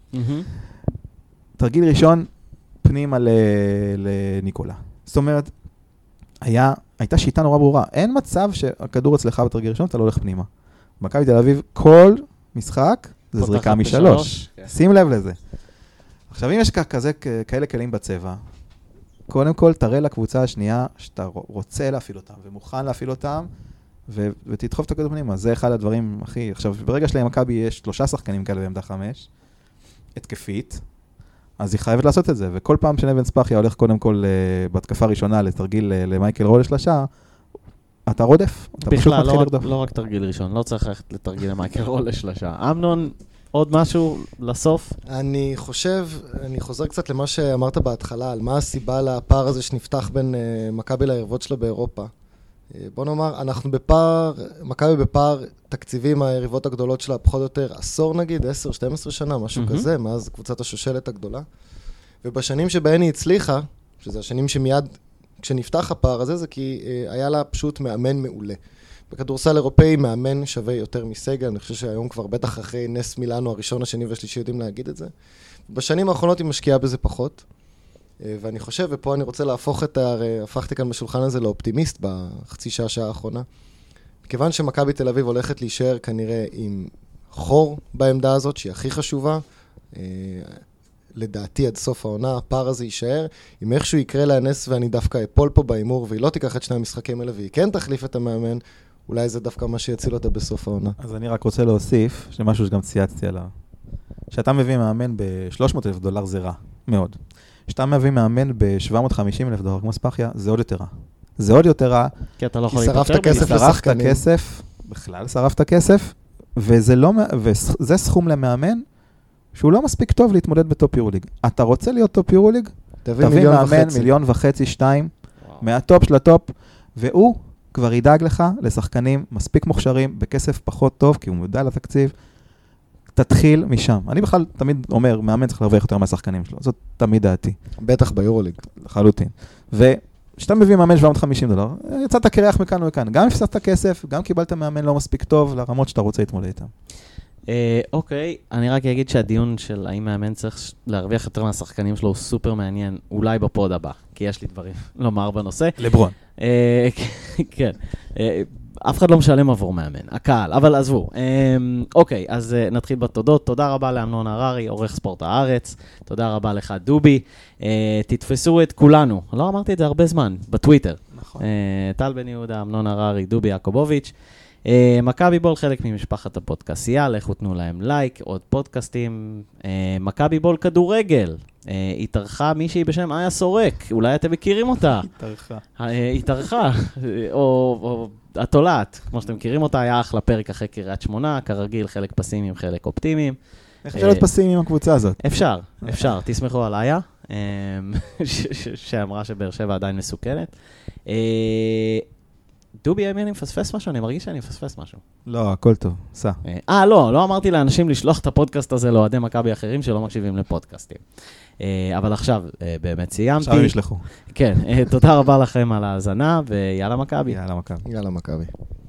תרגיל ראשון פנימה לניקולה. זאת אומרת, הייתה שיטה נורא ברורה. אין מצב שהכדור אצלך בתרגיל ראשון, אתה לא הולך פנימה. במכבי תל אביב, כל משחק זה זריקה מ3. שים לב לזה. עכשיו, אם יש כאלה כלים בצבע, קודם כל, תראה לקבוצה השנייה שאתה רוצה להפעיל אותם, ומוכן להפעיל אותם, ותדחוף את הכדור פנימה. זה אחד הדברים הכי... עכשיו, ברגע שלהם מכבי יש 3 שחקנים כאלה בעמדה 5, התקפית, אז היא חייבת לעשות את זה. וכל פעם שנבן ספארקר הולך קודם כל בתקפה ראשונה לתרגיל למייקל רול לשלשה, אתה רודף. בכלל, לא רק תרגיל ראשון, לא צריך ללכת לתרגיל למייקל רול לשלשה. אמנון, עוד משהו לסוף? אני חוזר קצת למה שאמרת בהתחלה, על מה הסיבה לפער הזה שנפתח בין מכבי ליריבות שלה באירופה. בוא נאמר, אנחנו בפער, מכבי בפער תקציבים היריבות הגדולות שלה פחות או יותר עשור נגיד, 10-12 שנה, משהו כזה, מאז קבוצת השושלת הגדולה. ובשנים שבהן היא הצליחה, שזה השנים שמיד כשנפתח הפער הזה, זה כי היה לה פשוט מאמן מעולה. בכדורסל אירופאי מאמן שווה יותר מסגל, אני חושב שהיום כבר בטח אחרי נס מילאנו הראשון, השני והשלישי יודעים להגיד את זה. בשנים האחרונות היא משקיעה בזה פחות. ואני חושב, ופה אני רוצה הפכתי כאן בשולחן הזה לאופטימיסט בחצי שעה האחרונה. מכיוון שמכבי תל אביב הולכת להישאר כנראה עם חור בעמדה הזאת, שהיא הכי חשובה, לדעתי עד סוף העונה, הפער הזה יישאר. אם איכשהו יקרה לה נס ואני דווקא אפול פה באימור, והיא לא תיקח את שני המשחקים האלה, והיא כן תחליף את המאמן, אולי זה דווקא מה שיציל אותה בסוף העונה. אז אני רק רוצה להוסיף, שמשהו שגם צייצתי עליו. שאתה מביא מאמן $300,000 זה רע, מאוד. שאתה מביא מאמן $750,000 כמו ספחיה, זה עוד יותר רע. זה עוד יותר רע. כי אתה לא כי יכול שרפת להתפטר כסף בזה. שרפת כסף, בכלל שרפת כסף, וזה סכום למאמן שהוא לא מספיק טוב להתמודד בטופ יורוליג. אתה רוצה להיות טופ יורוליג? תביא מאמן 1.5 מיליון, 2 מהטופ של הטופ, והוא כבר ידאג לך לשחקנים מספיק מוכשרים, בכסף פחות טוב, כי הוא מודע לתקציב. תתחיל משם. אני בכלל תמיד אומר, מאמן צריך להרוויח יותר מהשחקנים שלו. זאת תמיד דעתי. בטח ביורוליג. לחלוטין. ושאתה מביא מאמן $750, יצאת קרח מכאן וכאן. גם הפסדת כסף, גם קיבלת מאמן לא מספיק טוב, לרמות שאתה רוצה להתמודד איתם. אוקיי, אני רק אגיד שהדיון של האם מאמן צריך להרוויח יותר מהשחקנים שלו הוא סופר מעניין, אולי בפוד הבא, כי יש לי דברים לומר בנושא. לברון. כן. אף אחד לא משלם עבור מאמן, הקהל, אבל עזבו. אוקיי, אז נתחיל בתודות. תודה רבה לאמנון הררי, עורך ספורט הארץ. תודה רבה לך, דובי. תתפסו את כולנו, לא אמרתי את זה הרבה זמן, בטוויטר. נכון. טל בן יהודה, אמנון הררי, דובי יעקובוביץ'. מכבי בול, חלק ממשפחת הפודקאסטייה, לכו תנו להם לייק, עוד פודקאסטים. מכבי בול כדורגל. התארחה מישהי בשם איה סורק, אולי אתם מכירים אותה. התארחה, או התולעת, כמו שאתם מכירים אותה, היה אחלה פרק אחרי קריית שמונה, כרגיל חלק פסימיים, חלק אופטימיים. איך אפשר להיות פסימיים עם הקבוצה הזאת? אפשר, תסמכו על איה, שאמרה שבאר שבע עדיין מסוכנת. דובי, האם אני מפספס משהו? אני מרגיש שאני מפספס משהו. לא, הכל טוב, סע. לא אמרתי לאנשים לשלוח את הפודקאסט הזה לאוהדי מכבי אחרים שלא מקשיבים לפודקאסטים. אבל עכשיו באמת סיימתי. עכשיו הם ישלחו. כן, תודה רבה לכם על ההאזנה, ויאללה מכבי. יאללה מכבי. יאללה מכבי.